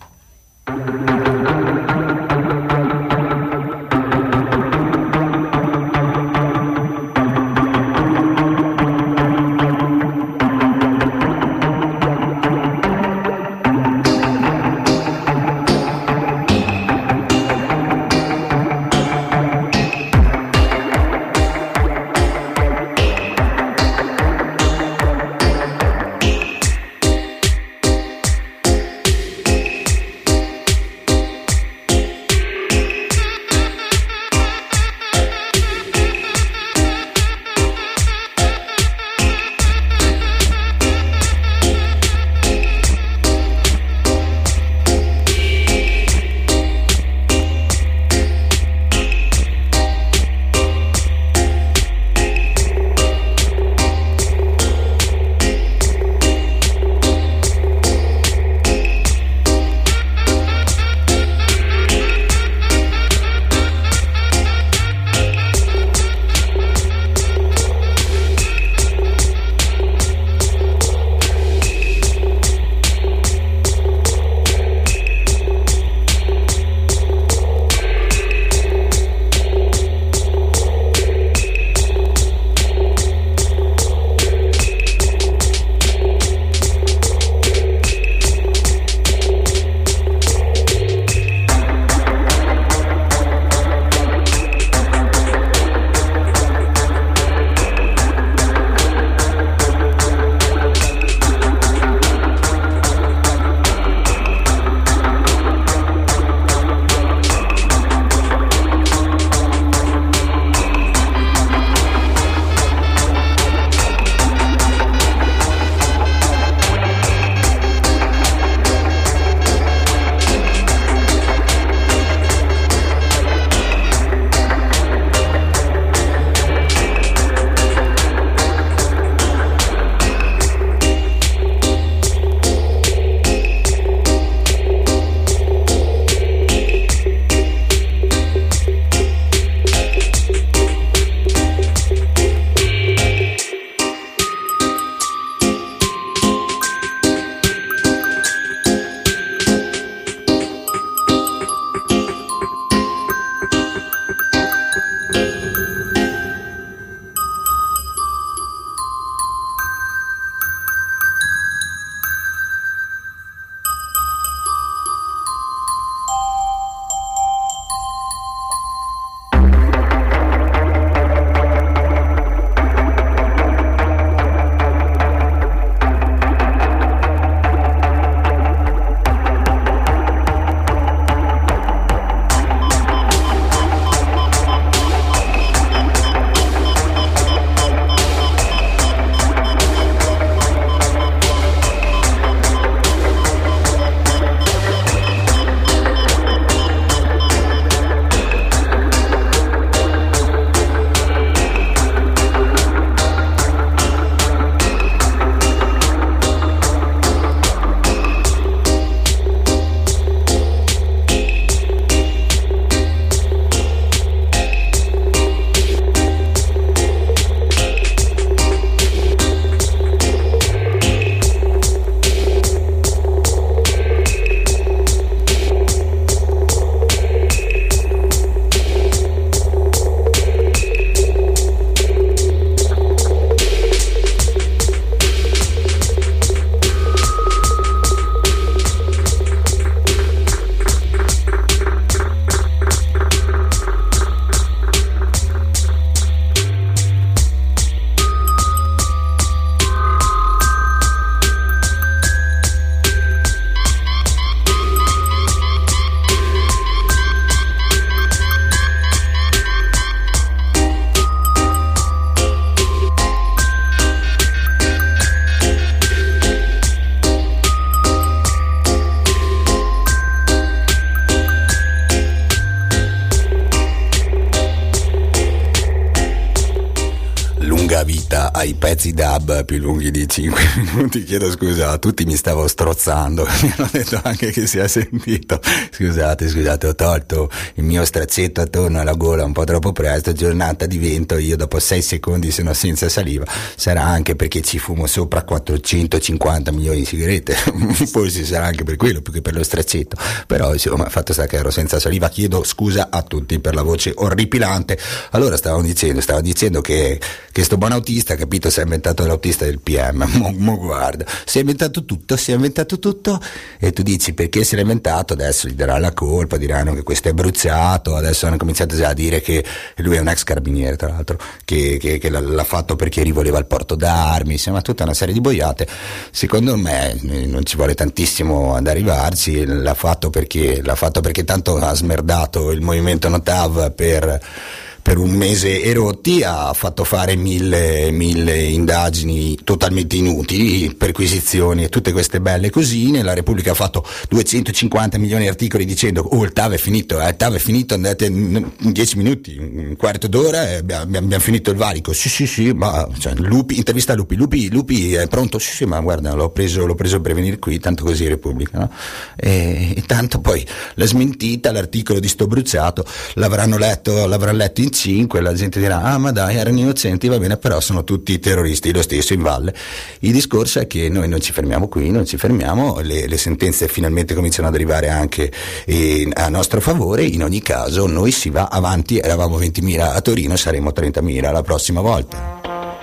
vita ai pezzi dub più lunghi di 5 minuti. Chiedo scusa a tutti, mi stavo strozzando, mi hanno detto anche che si è sentito. Scusate, ho tolto il mio straccetto attorno alla gola un po' troppo presto, giornata di vento, io dopo 6 secondi sono senza saliva, sarà anche perché ci fumo sopra 450 milioni di sigarette, forse sarà anche per quello più che per lo straccetto, però insomma fatto sta che ero senza saliva. Chiedo scusa a tutti per la voce orripilante. Allora stavo dicendo che sto buon autista, capito, si è inventato l'autista del PM, mo guarda, si è inventato tutto e tu dici perché se l'ha inventato, adesso gli darà la colpa, diranno che questo è bruciato, adesso hanno cominciato già a dire che lui è un ex carabiniere tra l'altro, che l'ha fatto perché rivoleva il porto d'armi, insomma tutta una serie di boiate. Secondo me non ci vuole tantissimo ad arrivarci, l'ha fatto perché tanto ha smerdato il movimento Notav per un mese e rotti, ha fatto fare mille indagini totalmente inutili, perquisizioni e tutte queste belle cosine. La Repubblica ha fatto 250 milioni di articoli dicendo il TAV è finito, andate in 10 minuti, un quarto d'ora e abbiamo finito il valico. Sì, ma cioè, Lupi, intervista a Lupi è pronto? Sì, ma guarda, l'ho preso per venire qui, tanto così Repubblica, no? E tanto poi la smentita, l'articolo di sto bruciato, l'avranno letto in 5, la gente dirà ma dai, erano innocenti, va bene, però sono tutti terroristi lo stesso in valle. Il discorso è che noi non ci fermiamo qui, le sentenze finalmente cominciano ad arrivare anche a nostro favore. In ogni caso noi si va avanti, eravamo 20.000 a Torino, saremo 30.000 la prossima volta.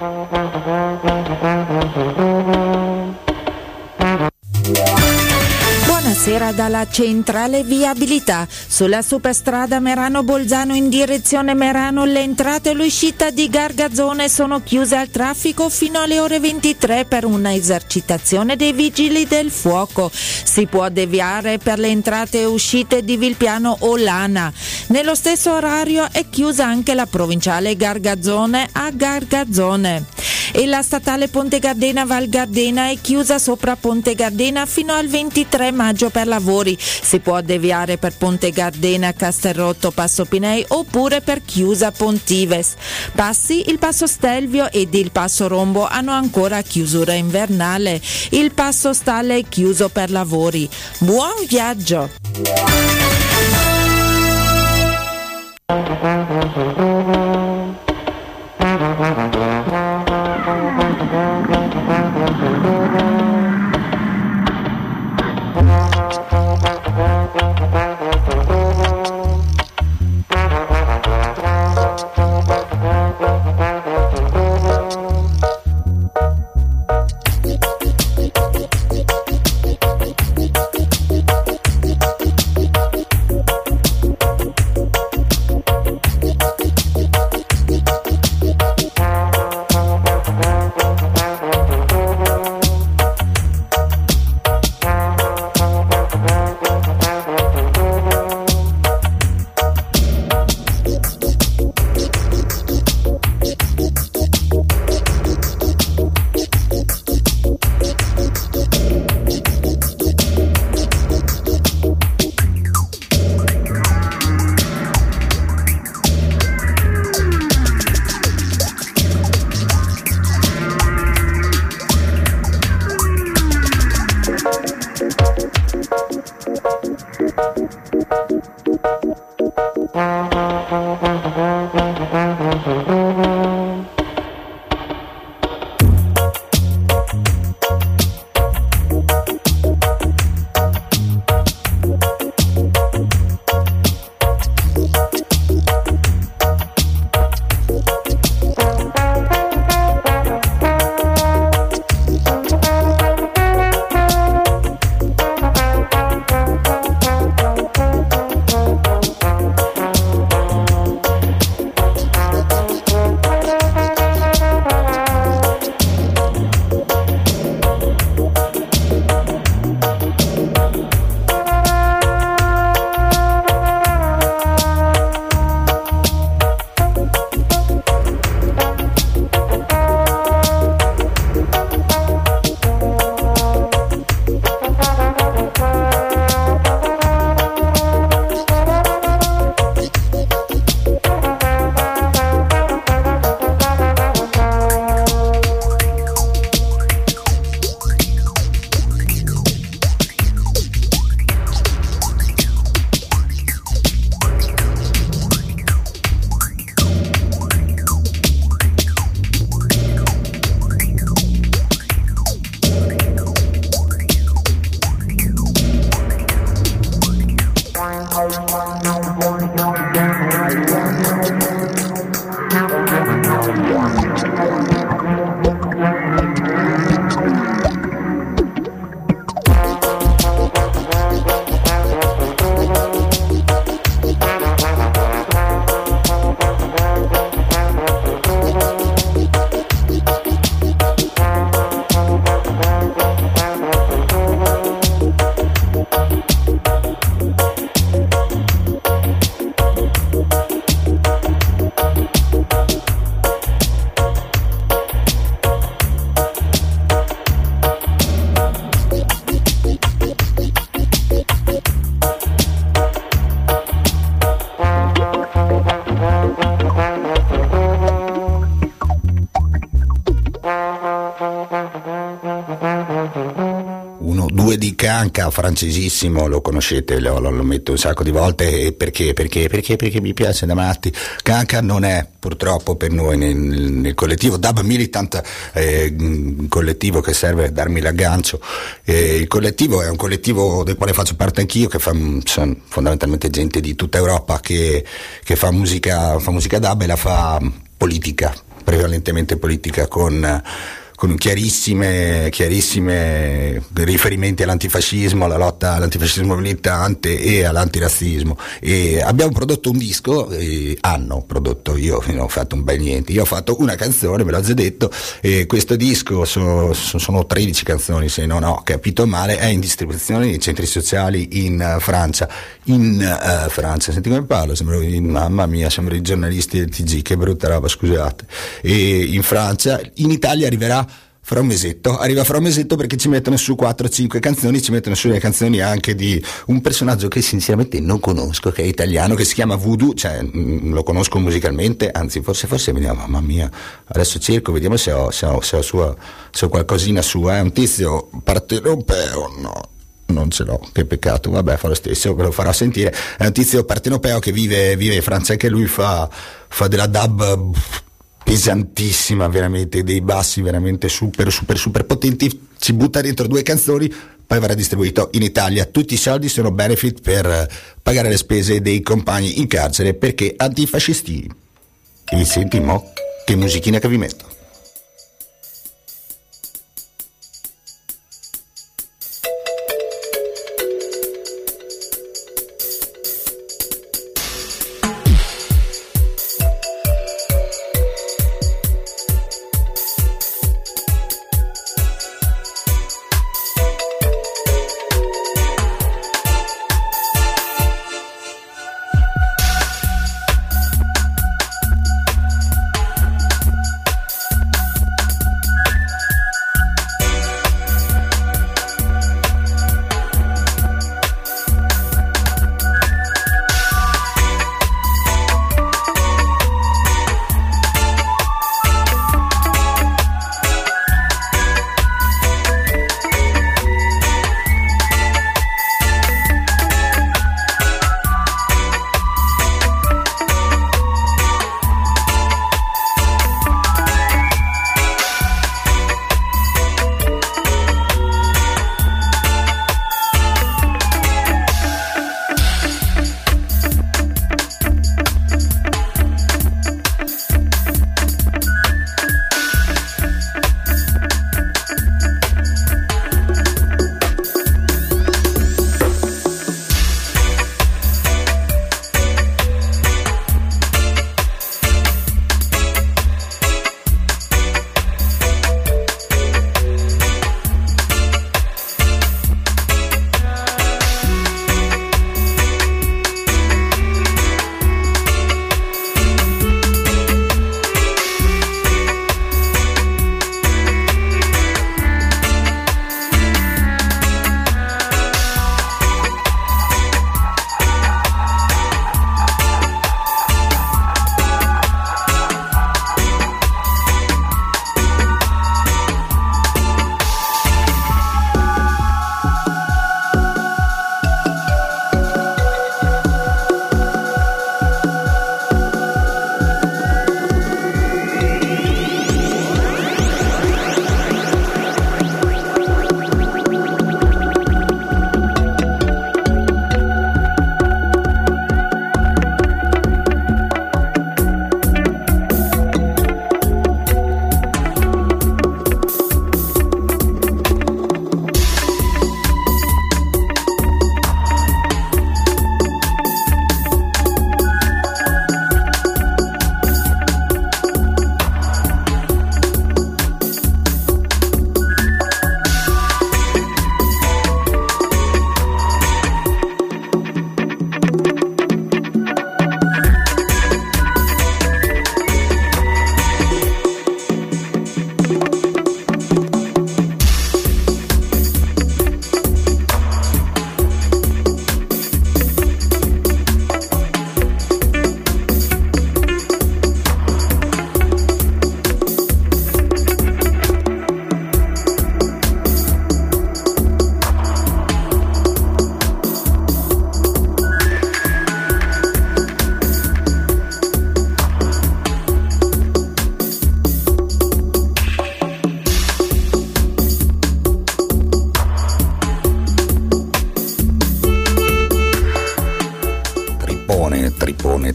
Buonasera dalla centrale viabilità. Sulla superstrada Merano-Bolzano in direzione Merano l'entrata e l'uscita di Gargazzone sono chiuse al traffico fino alle ore 23 per una esercitazione dei vigili del fuoco. Si può deviare per le entrate e uscite di Vilpiano o Lana. Nello stesso orario è chiusa anche la provinciale Gargazzone a Gargazzone. E la statale Ponte Gardena Val Gardena è chiusa sopra Ponte Gardena fino al 23 maggio per lavori. Si può deviare per Ponte Gardena Castelrotto Passo Pinei oppure per Chiusa Pontives. Passi, il Passo Stelvio ed il Passo Rombo hanno ancora chiusura invernale. Il Passo Stalle è chiuso per lavori. Buon viaggio! 2 di Kanka, francesissimo, lo conoscete, lo metto un sacco di volte. E perché mi piace da matti. Kanka non è purtroppo per noi nel collettivo Dub Militant, collettivo che serve a darmi l'aggancio. Il collettivo è un collettivo del quale faccio parte anch'io, che sono fondamentalmente gente di tutta Europa che fa musica dub e la fa politica, prevalentemente politica, con chiarissime riferimenti all'antifascismo, alla lotta all'antifascismo militante e all'antirazzismo. E abbiamo prodotto un disco, hanno prodotto, io non ho fatto un bel niente, io ho fatto una canzone, ve l'ho già detto, e questo disco sono 13 canzoni, se non ho capito male, è in distribuzione nei centri sociali in Francia. Senti come parlo, mamma mia, sembra i giornalisti del TG, che brutta roba, scusate. E in Francia, in Italia arriva fra un mesetto perché ci mettono su 4-5 canzoni, ci mettono su le canzoni anche di un personaggio che sinceramente non conosco, che è italiano, che si chiama Voodoo, cioè lo conosco musicalmente, anzi forse vediamo, mamma mia, adesso cerco, vediamo se ho qualcosina sua. È un tizio partenopeo, no, non ce l'ho, che peccato, vabbè, fa lo stesso, ve lo farò sentire. È un tizio partenopeo che vive in Francia, anche lui fa della dub pesantissima, veramente, dei bassi veramente super potenti, ci butta dentro 2 canzoni, poi verrà distribuito in Italia. Tutti i soldi sono benefit per pagare le spese dei compagni in carcere perché antifascisti. E senti mo che musichina che vi metto.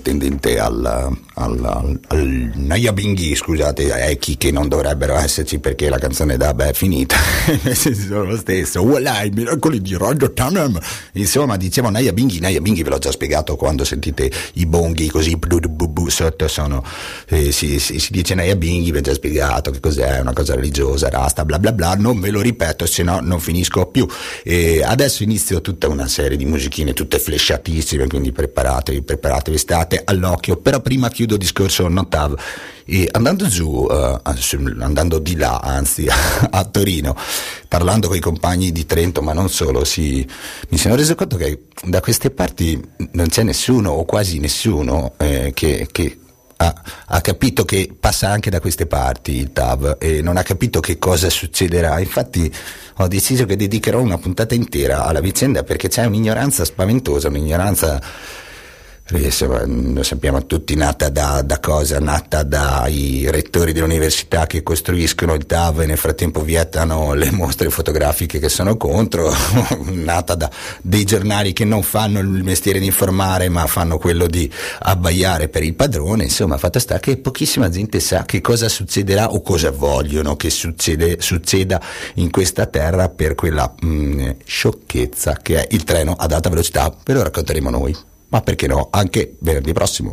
tendente al Nayabinghi, scusate, echi che non dovrebbero esserci perché la canzone da è finita, sono lo stesso, voilà i miracoli di Roger Tannen. Insomma, dicevo Nayabinghi ve l'ho già spiegato, quando sentite i bonghi così sotto sono si dice Nayabinghi, vi ho già spiegato che cos'è, una cosa religiosa, rasta, bla bla bla, non ve lo ripeto se no non finisco più. E adesso inizio tutta una serie di musichine tutte flesciatissime, quindi preparatevi, state all'occhio. Però prima chiudo il discorso Notav e andando giù, andando di là, anzi a Torino, parlando con i compagni di Trento, ma non solo, mi sono reso conto che da queste parti non c'è nessuno o quasi nessuno che ha capito che passa anche da queste parti il TAV e non ha capito che cosa succederà. Infatti ho deciso che dedicherò una puntata intera alla vicenda, perché c'è un'ignoranza spaventosa, un'ignoranza, insomma, lo sappiamo tutti, nata da cosa? Nata dai rettori dell'università che costruiscono il TAV e nel frattempo vietano le mostre fotografiche che sono contro, nata da dei giornali che non fanno il mestiere di informare ma fanno quello di abbaiare per il padrone. Insomma, fatto sta che pochissima gente sa che cosa succederà o cosa vogliono che succeda in questa terra per quella sciocchezza che è il treno ad alta velocità. Ve lo racconteremo noi, ma perché no, anche venerdì prossimo.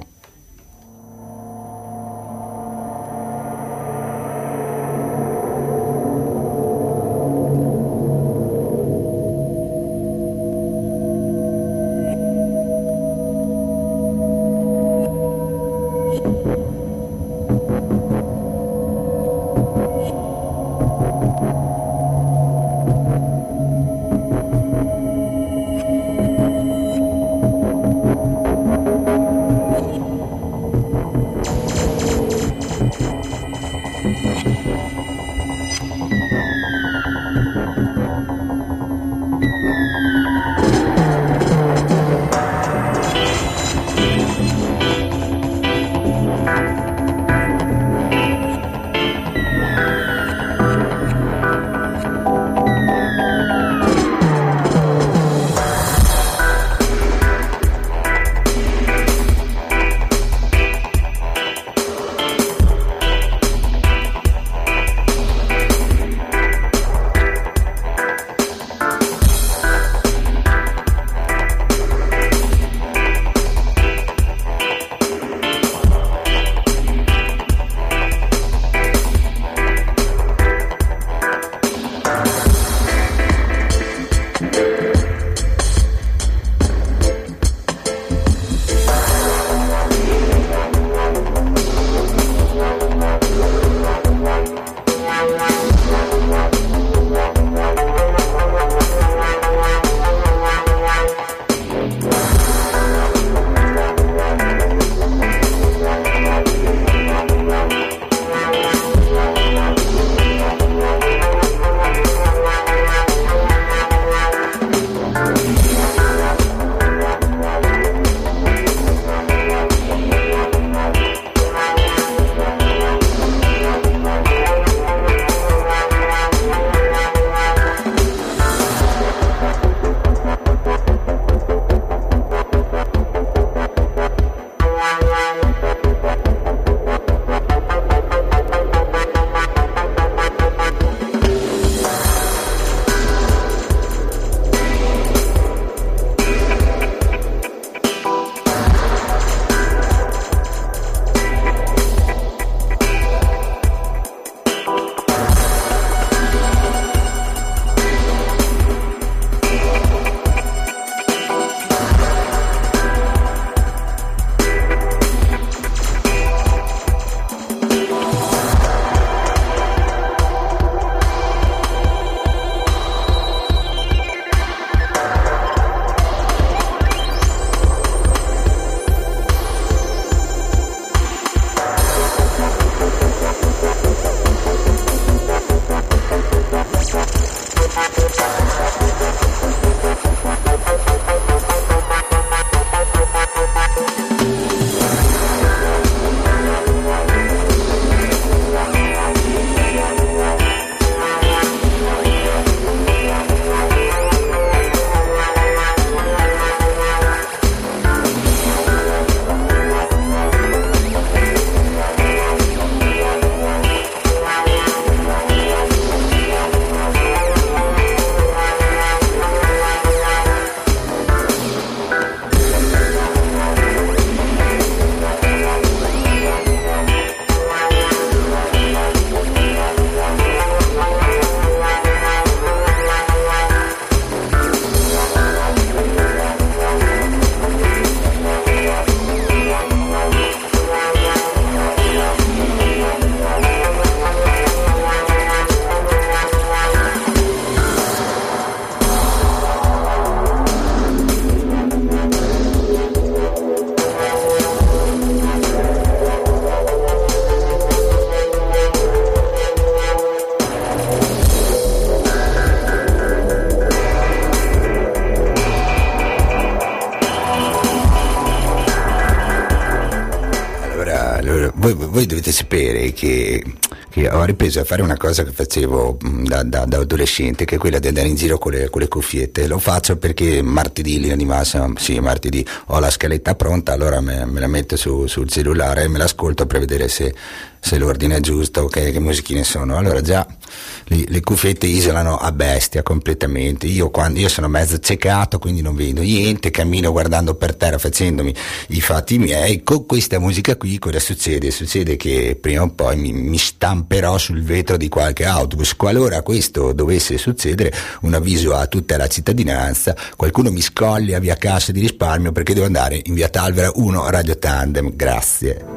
voi dovete sapere che ho ripreso a fare una cosa che facevo da adolescente, che è quella di andare in giro con le cuffiette. Lo faccio perché martedì, linea di massima, sì, martedì ho la scaletta pronta, allora me la metto sul cellulare e me l'ascolto per vedere se l'ordine è giusto, che musichine sono. Allora già le cuffiette isolano a bestia completamente. Io sono mezzo ciecato, quindi non vedo niente, cammino guardando per terra facendomi i fatti miei. Con questa musica qui cosa succede? Succede che prima o poi mi stamperò sul vetro di qualche autobus. Qualora questo dovesse succedere, un avviso a tutta la cittadinanza: qualcuno mi scogli a via Cassa di Risparmio perché devo andare in via Talvera 1 Radio Tandem. Grazie.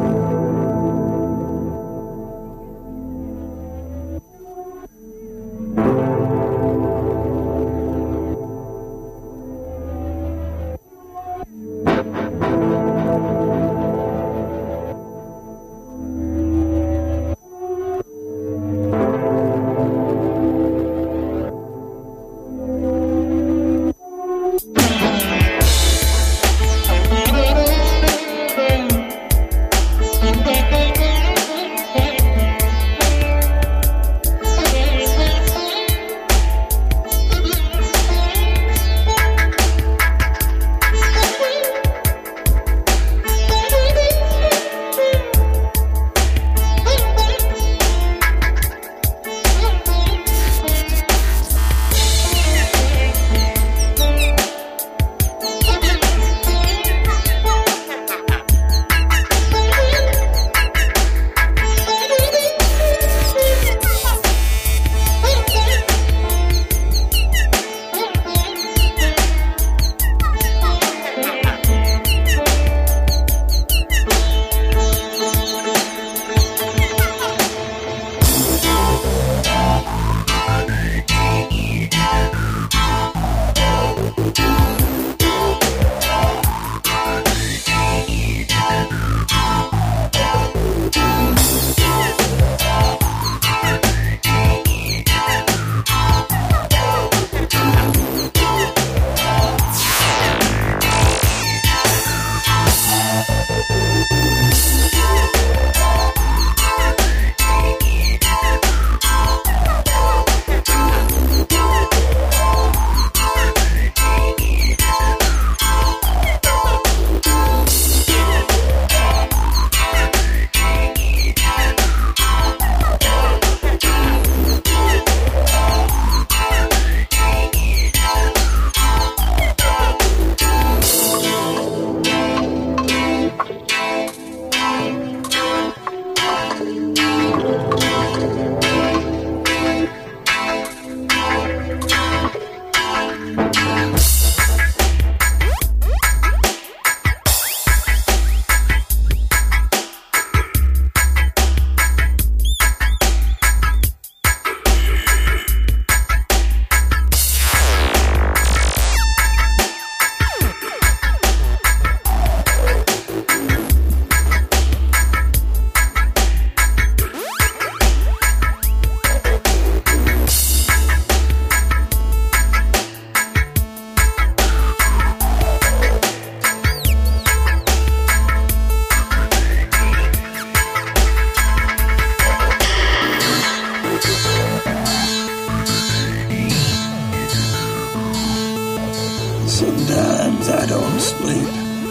Sometimes I don't sleep,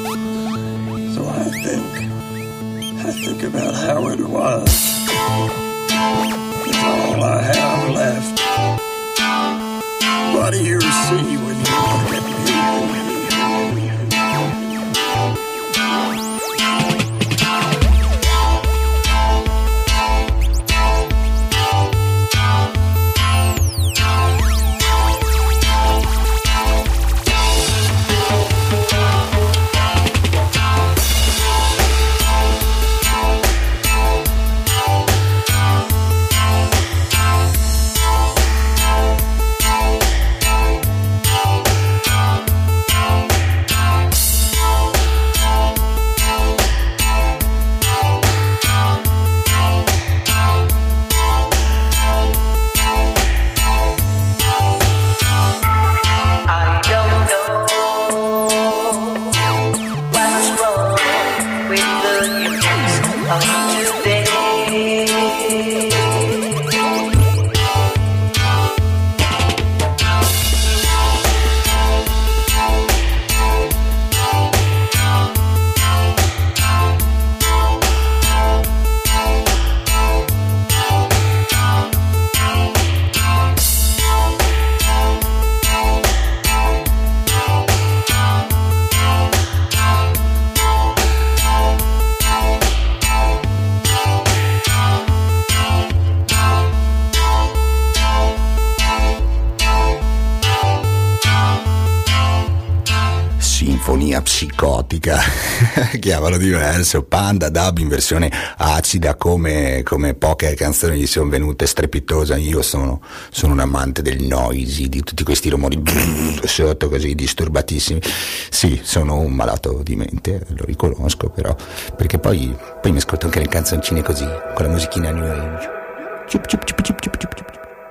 so I think about how it was. It's all I have left. What do you see when you look at me? mania psicotica, chiamalo diverso, Panda Dub in versione acida come poche canzoni gli sono venute, strepitosa. Io sono un amante del noisy, di tutti questi rumori sotto così disturbatissimi. Sì, sono un malato di mente, lo riconosco, però perché poi mi ascolto anche le canzoncine così, con la musichina new age. Ciup, ciup, ciup, ciup, ciup, ciup, ciup.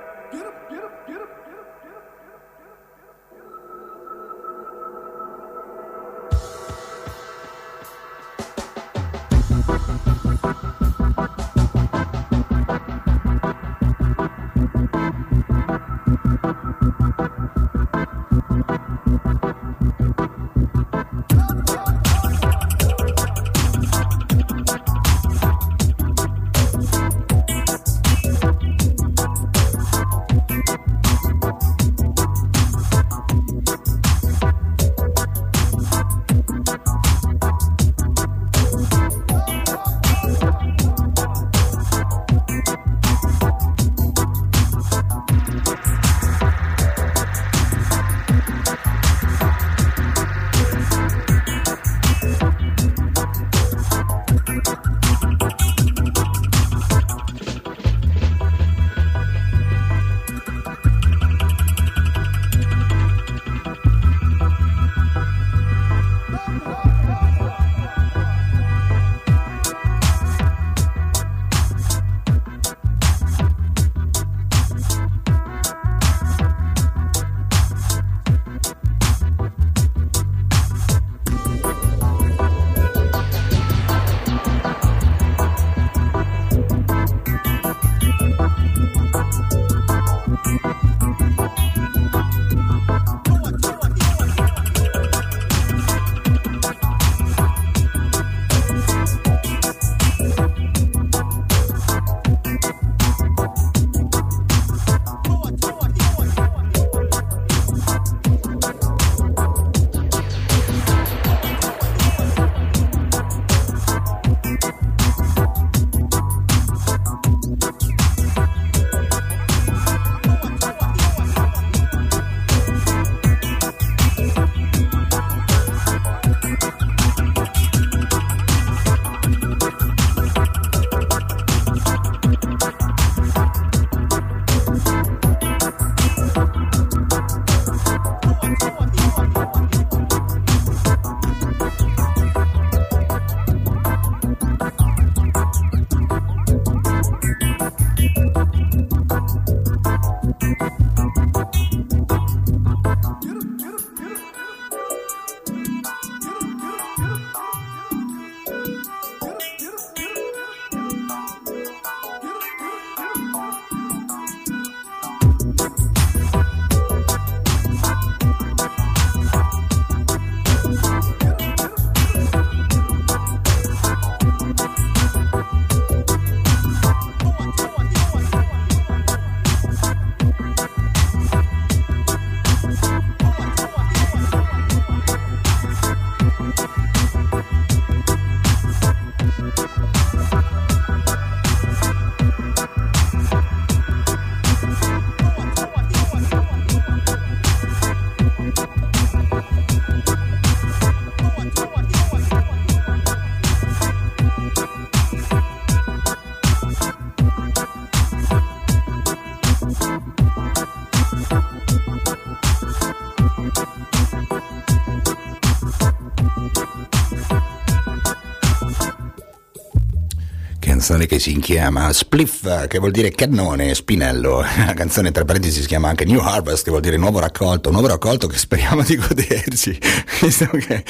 canzone che si chiama Spliff, che vuol dire cannone, spinello. La canzone tra parentesi si chiama anche New Harvest, che vuol dire nuovo raccolto che speriamo di goderci, visto che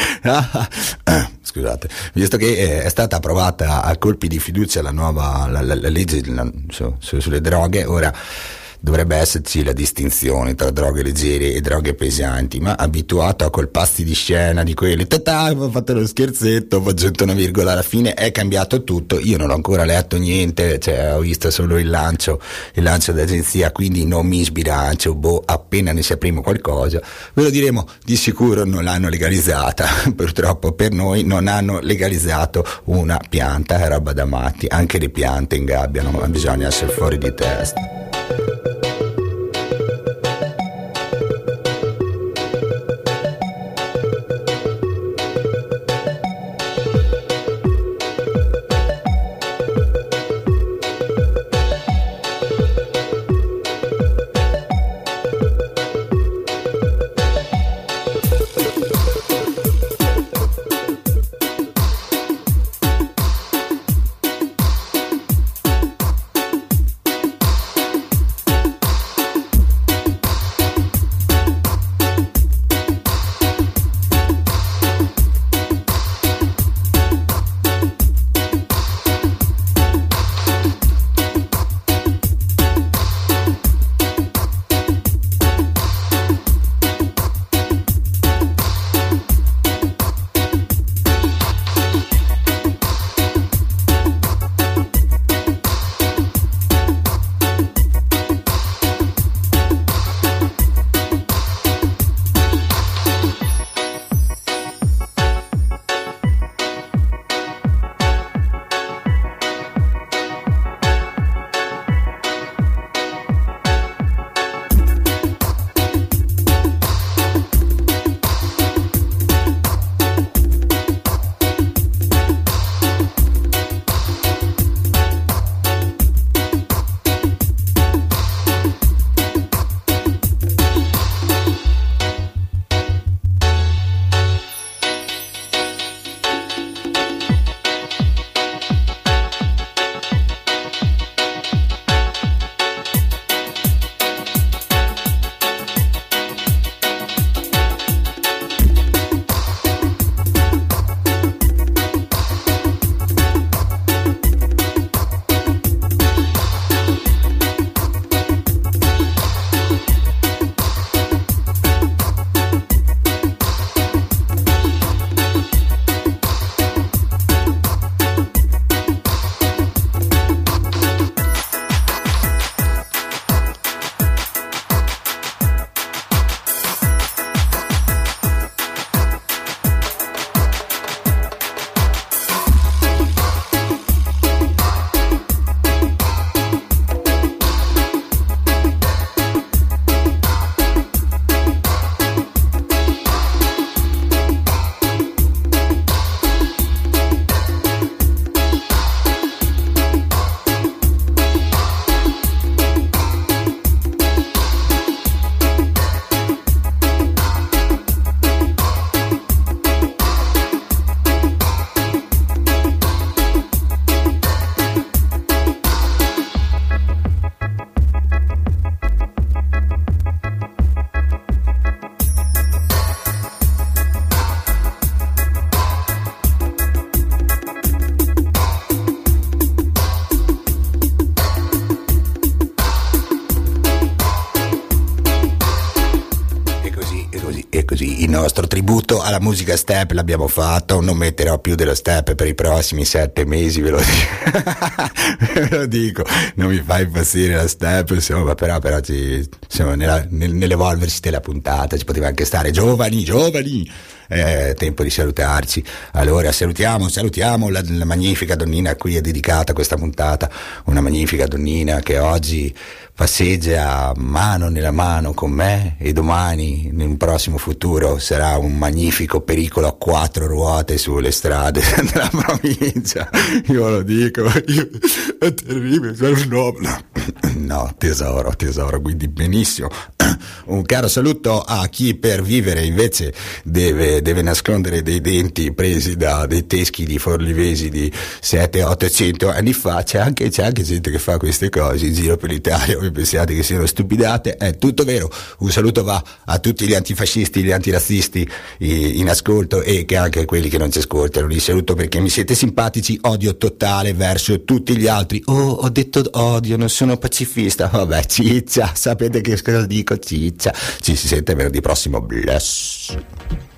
scusate, visto che è stata approvata a colpi di fiducia la nuova la legge sulle droghe. Ora dovrebbe esserci la distinzione tra droghe leggere e droghe pesanti, ma abituato a colpasti di scena di quelli ho fatto lo scherzetto, ho aggiunto una virgola alla fine, è cambiato tutto. Io non ho ancora letto niente, cioè ho visto solo il lancio d'agenzia, quindi non mi sbilancio. Appena ne sapremo qualcosa ve lo diremo. Di sicuro non l'hanno legalizzata, purtroppo per noi non hanno legalizzato una pianta, è roba da matti. Anche le piante ingabbiano, ma bisogna essere fuori di testa. nostro tributo alla musica step l'abbiamo fatto, non metterò più dello step per i prossimi 7 mesi, ve lo dico. Ve lo dico, non mi fa impazzire la step, insomma, però insomma, nell'evolversi della puntata ci poteva anche stare giovani. Tempo di salutarci. Allora salutiamo la magnifica donnina a cui è dedicata questa puntata, una magnifica donnina che oggi passeggia mano nella mano con me e domani, in un prossimo futuro, sarà un magnifico pericolo a 4 ruote sulle strade della provincia. Io lo dico, è terribile, sono un nobile. No, tesoro, quindi benissimo. Un caro saluto a chi per vivere invece deve nascondere dei denti presi da dei teschi di forlivesi di 700-800 anni fa. C'è anche gente che fa queste cose in giro per l'Italia. Voi pensiate che siano stupidate? È tutto vero. Un saluto va a tutti gli antifascisti, gli antirazzisti in ascolto, e che anche quelli che non ci ascoltano. Li saluto perché mi siete simpatici. Odio totale verso tutti gli altri. Oh, ho detto odio, non sono pacifista. Vabbè, ciccia, sapete che cosa dico? Ciccia. Ci si sente venerdì prossimo. Bless.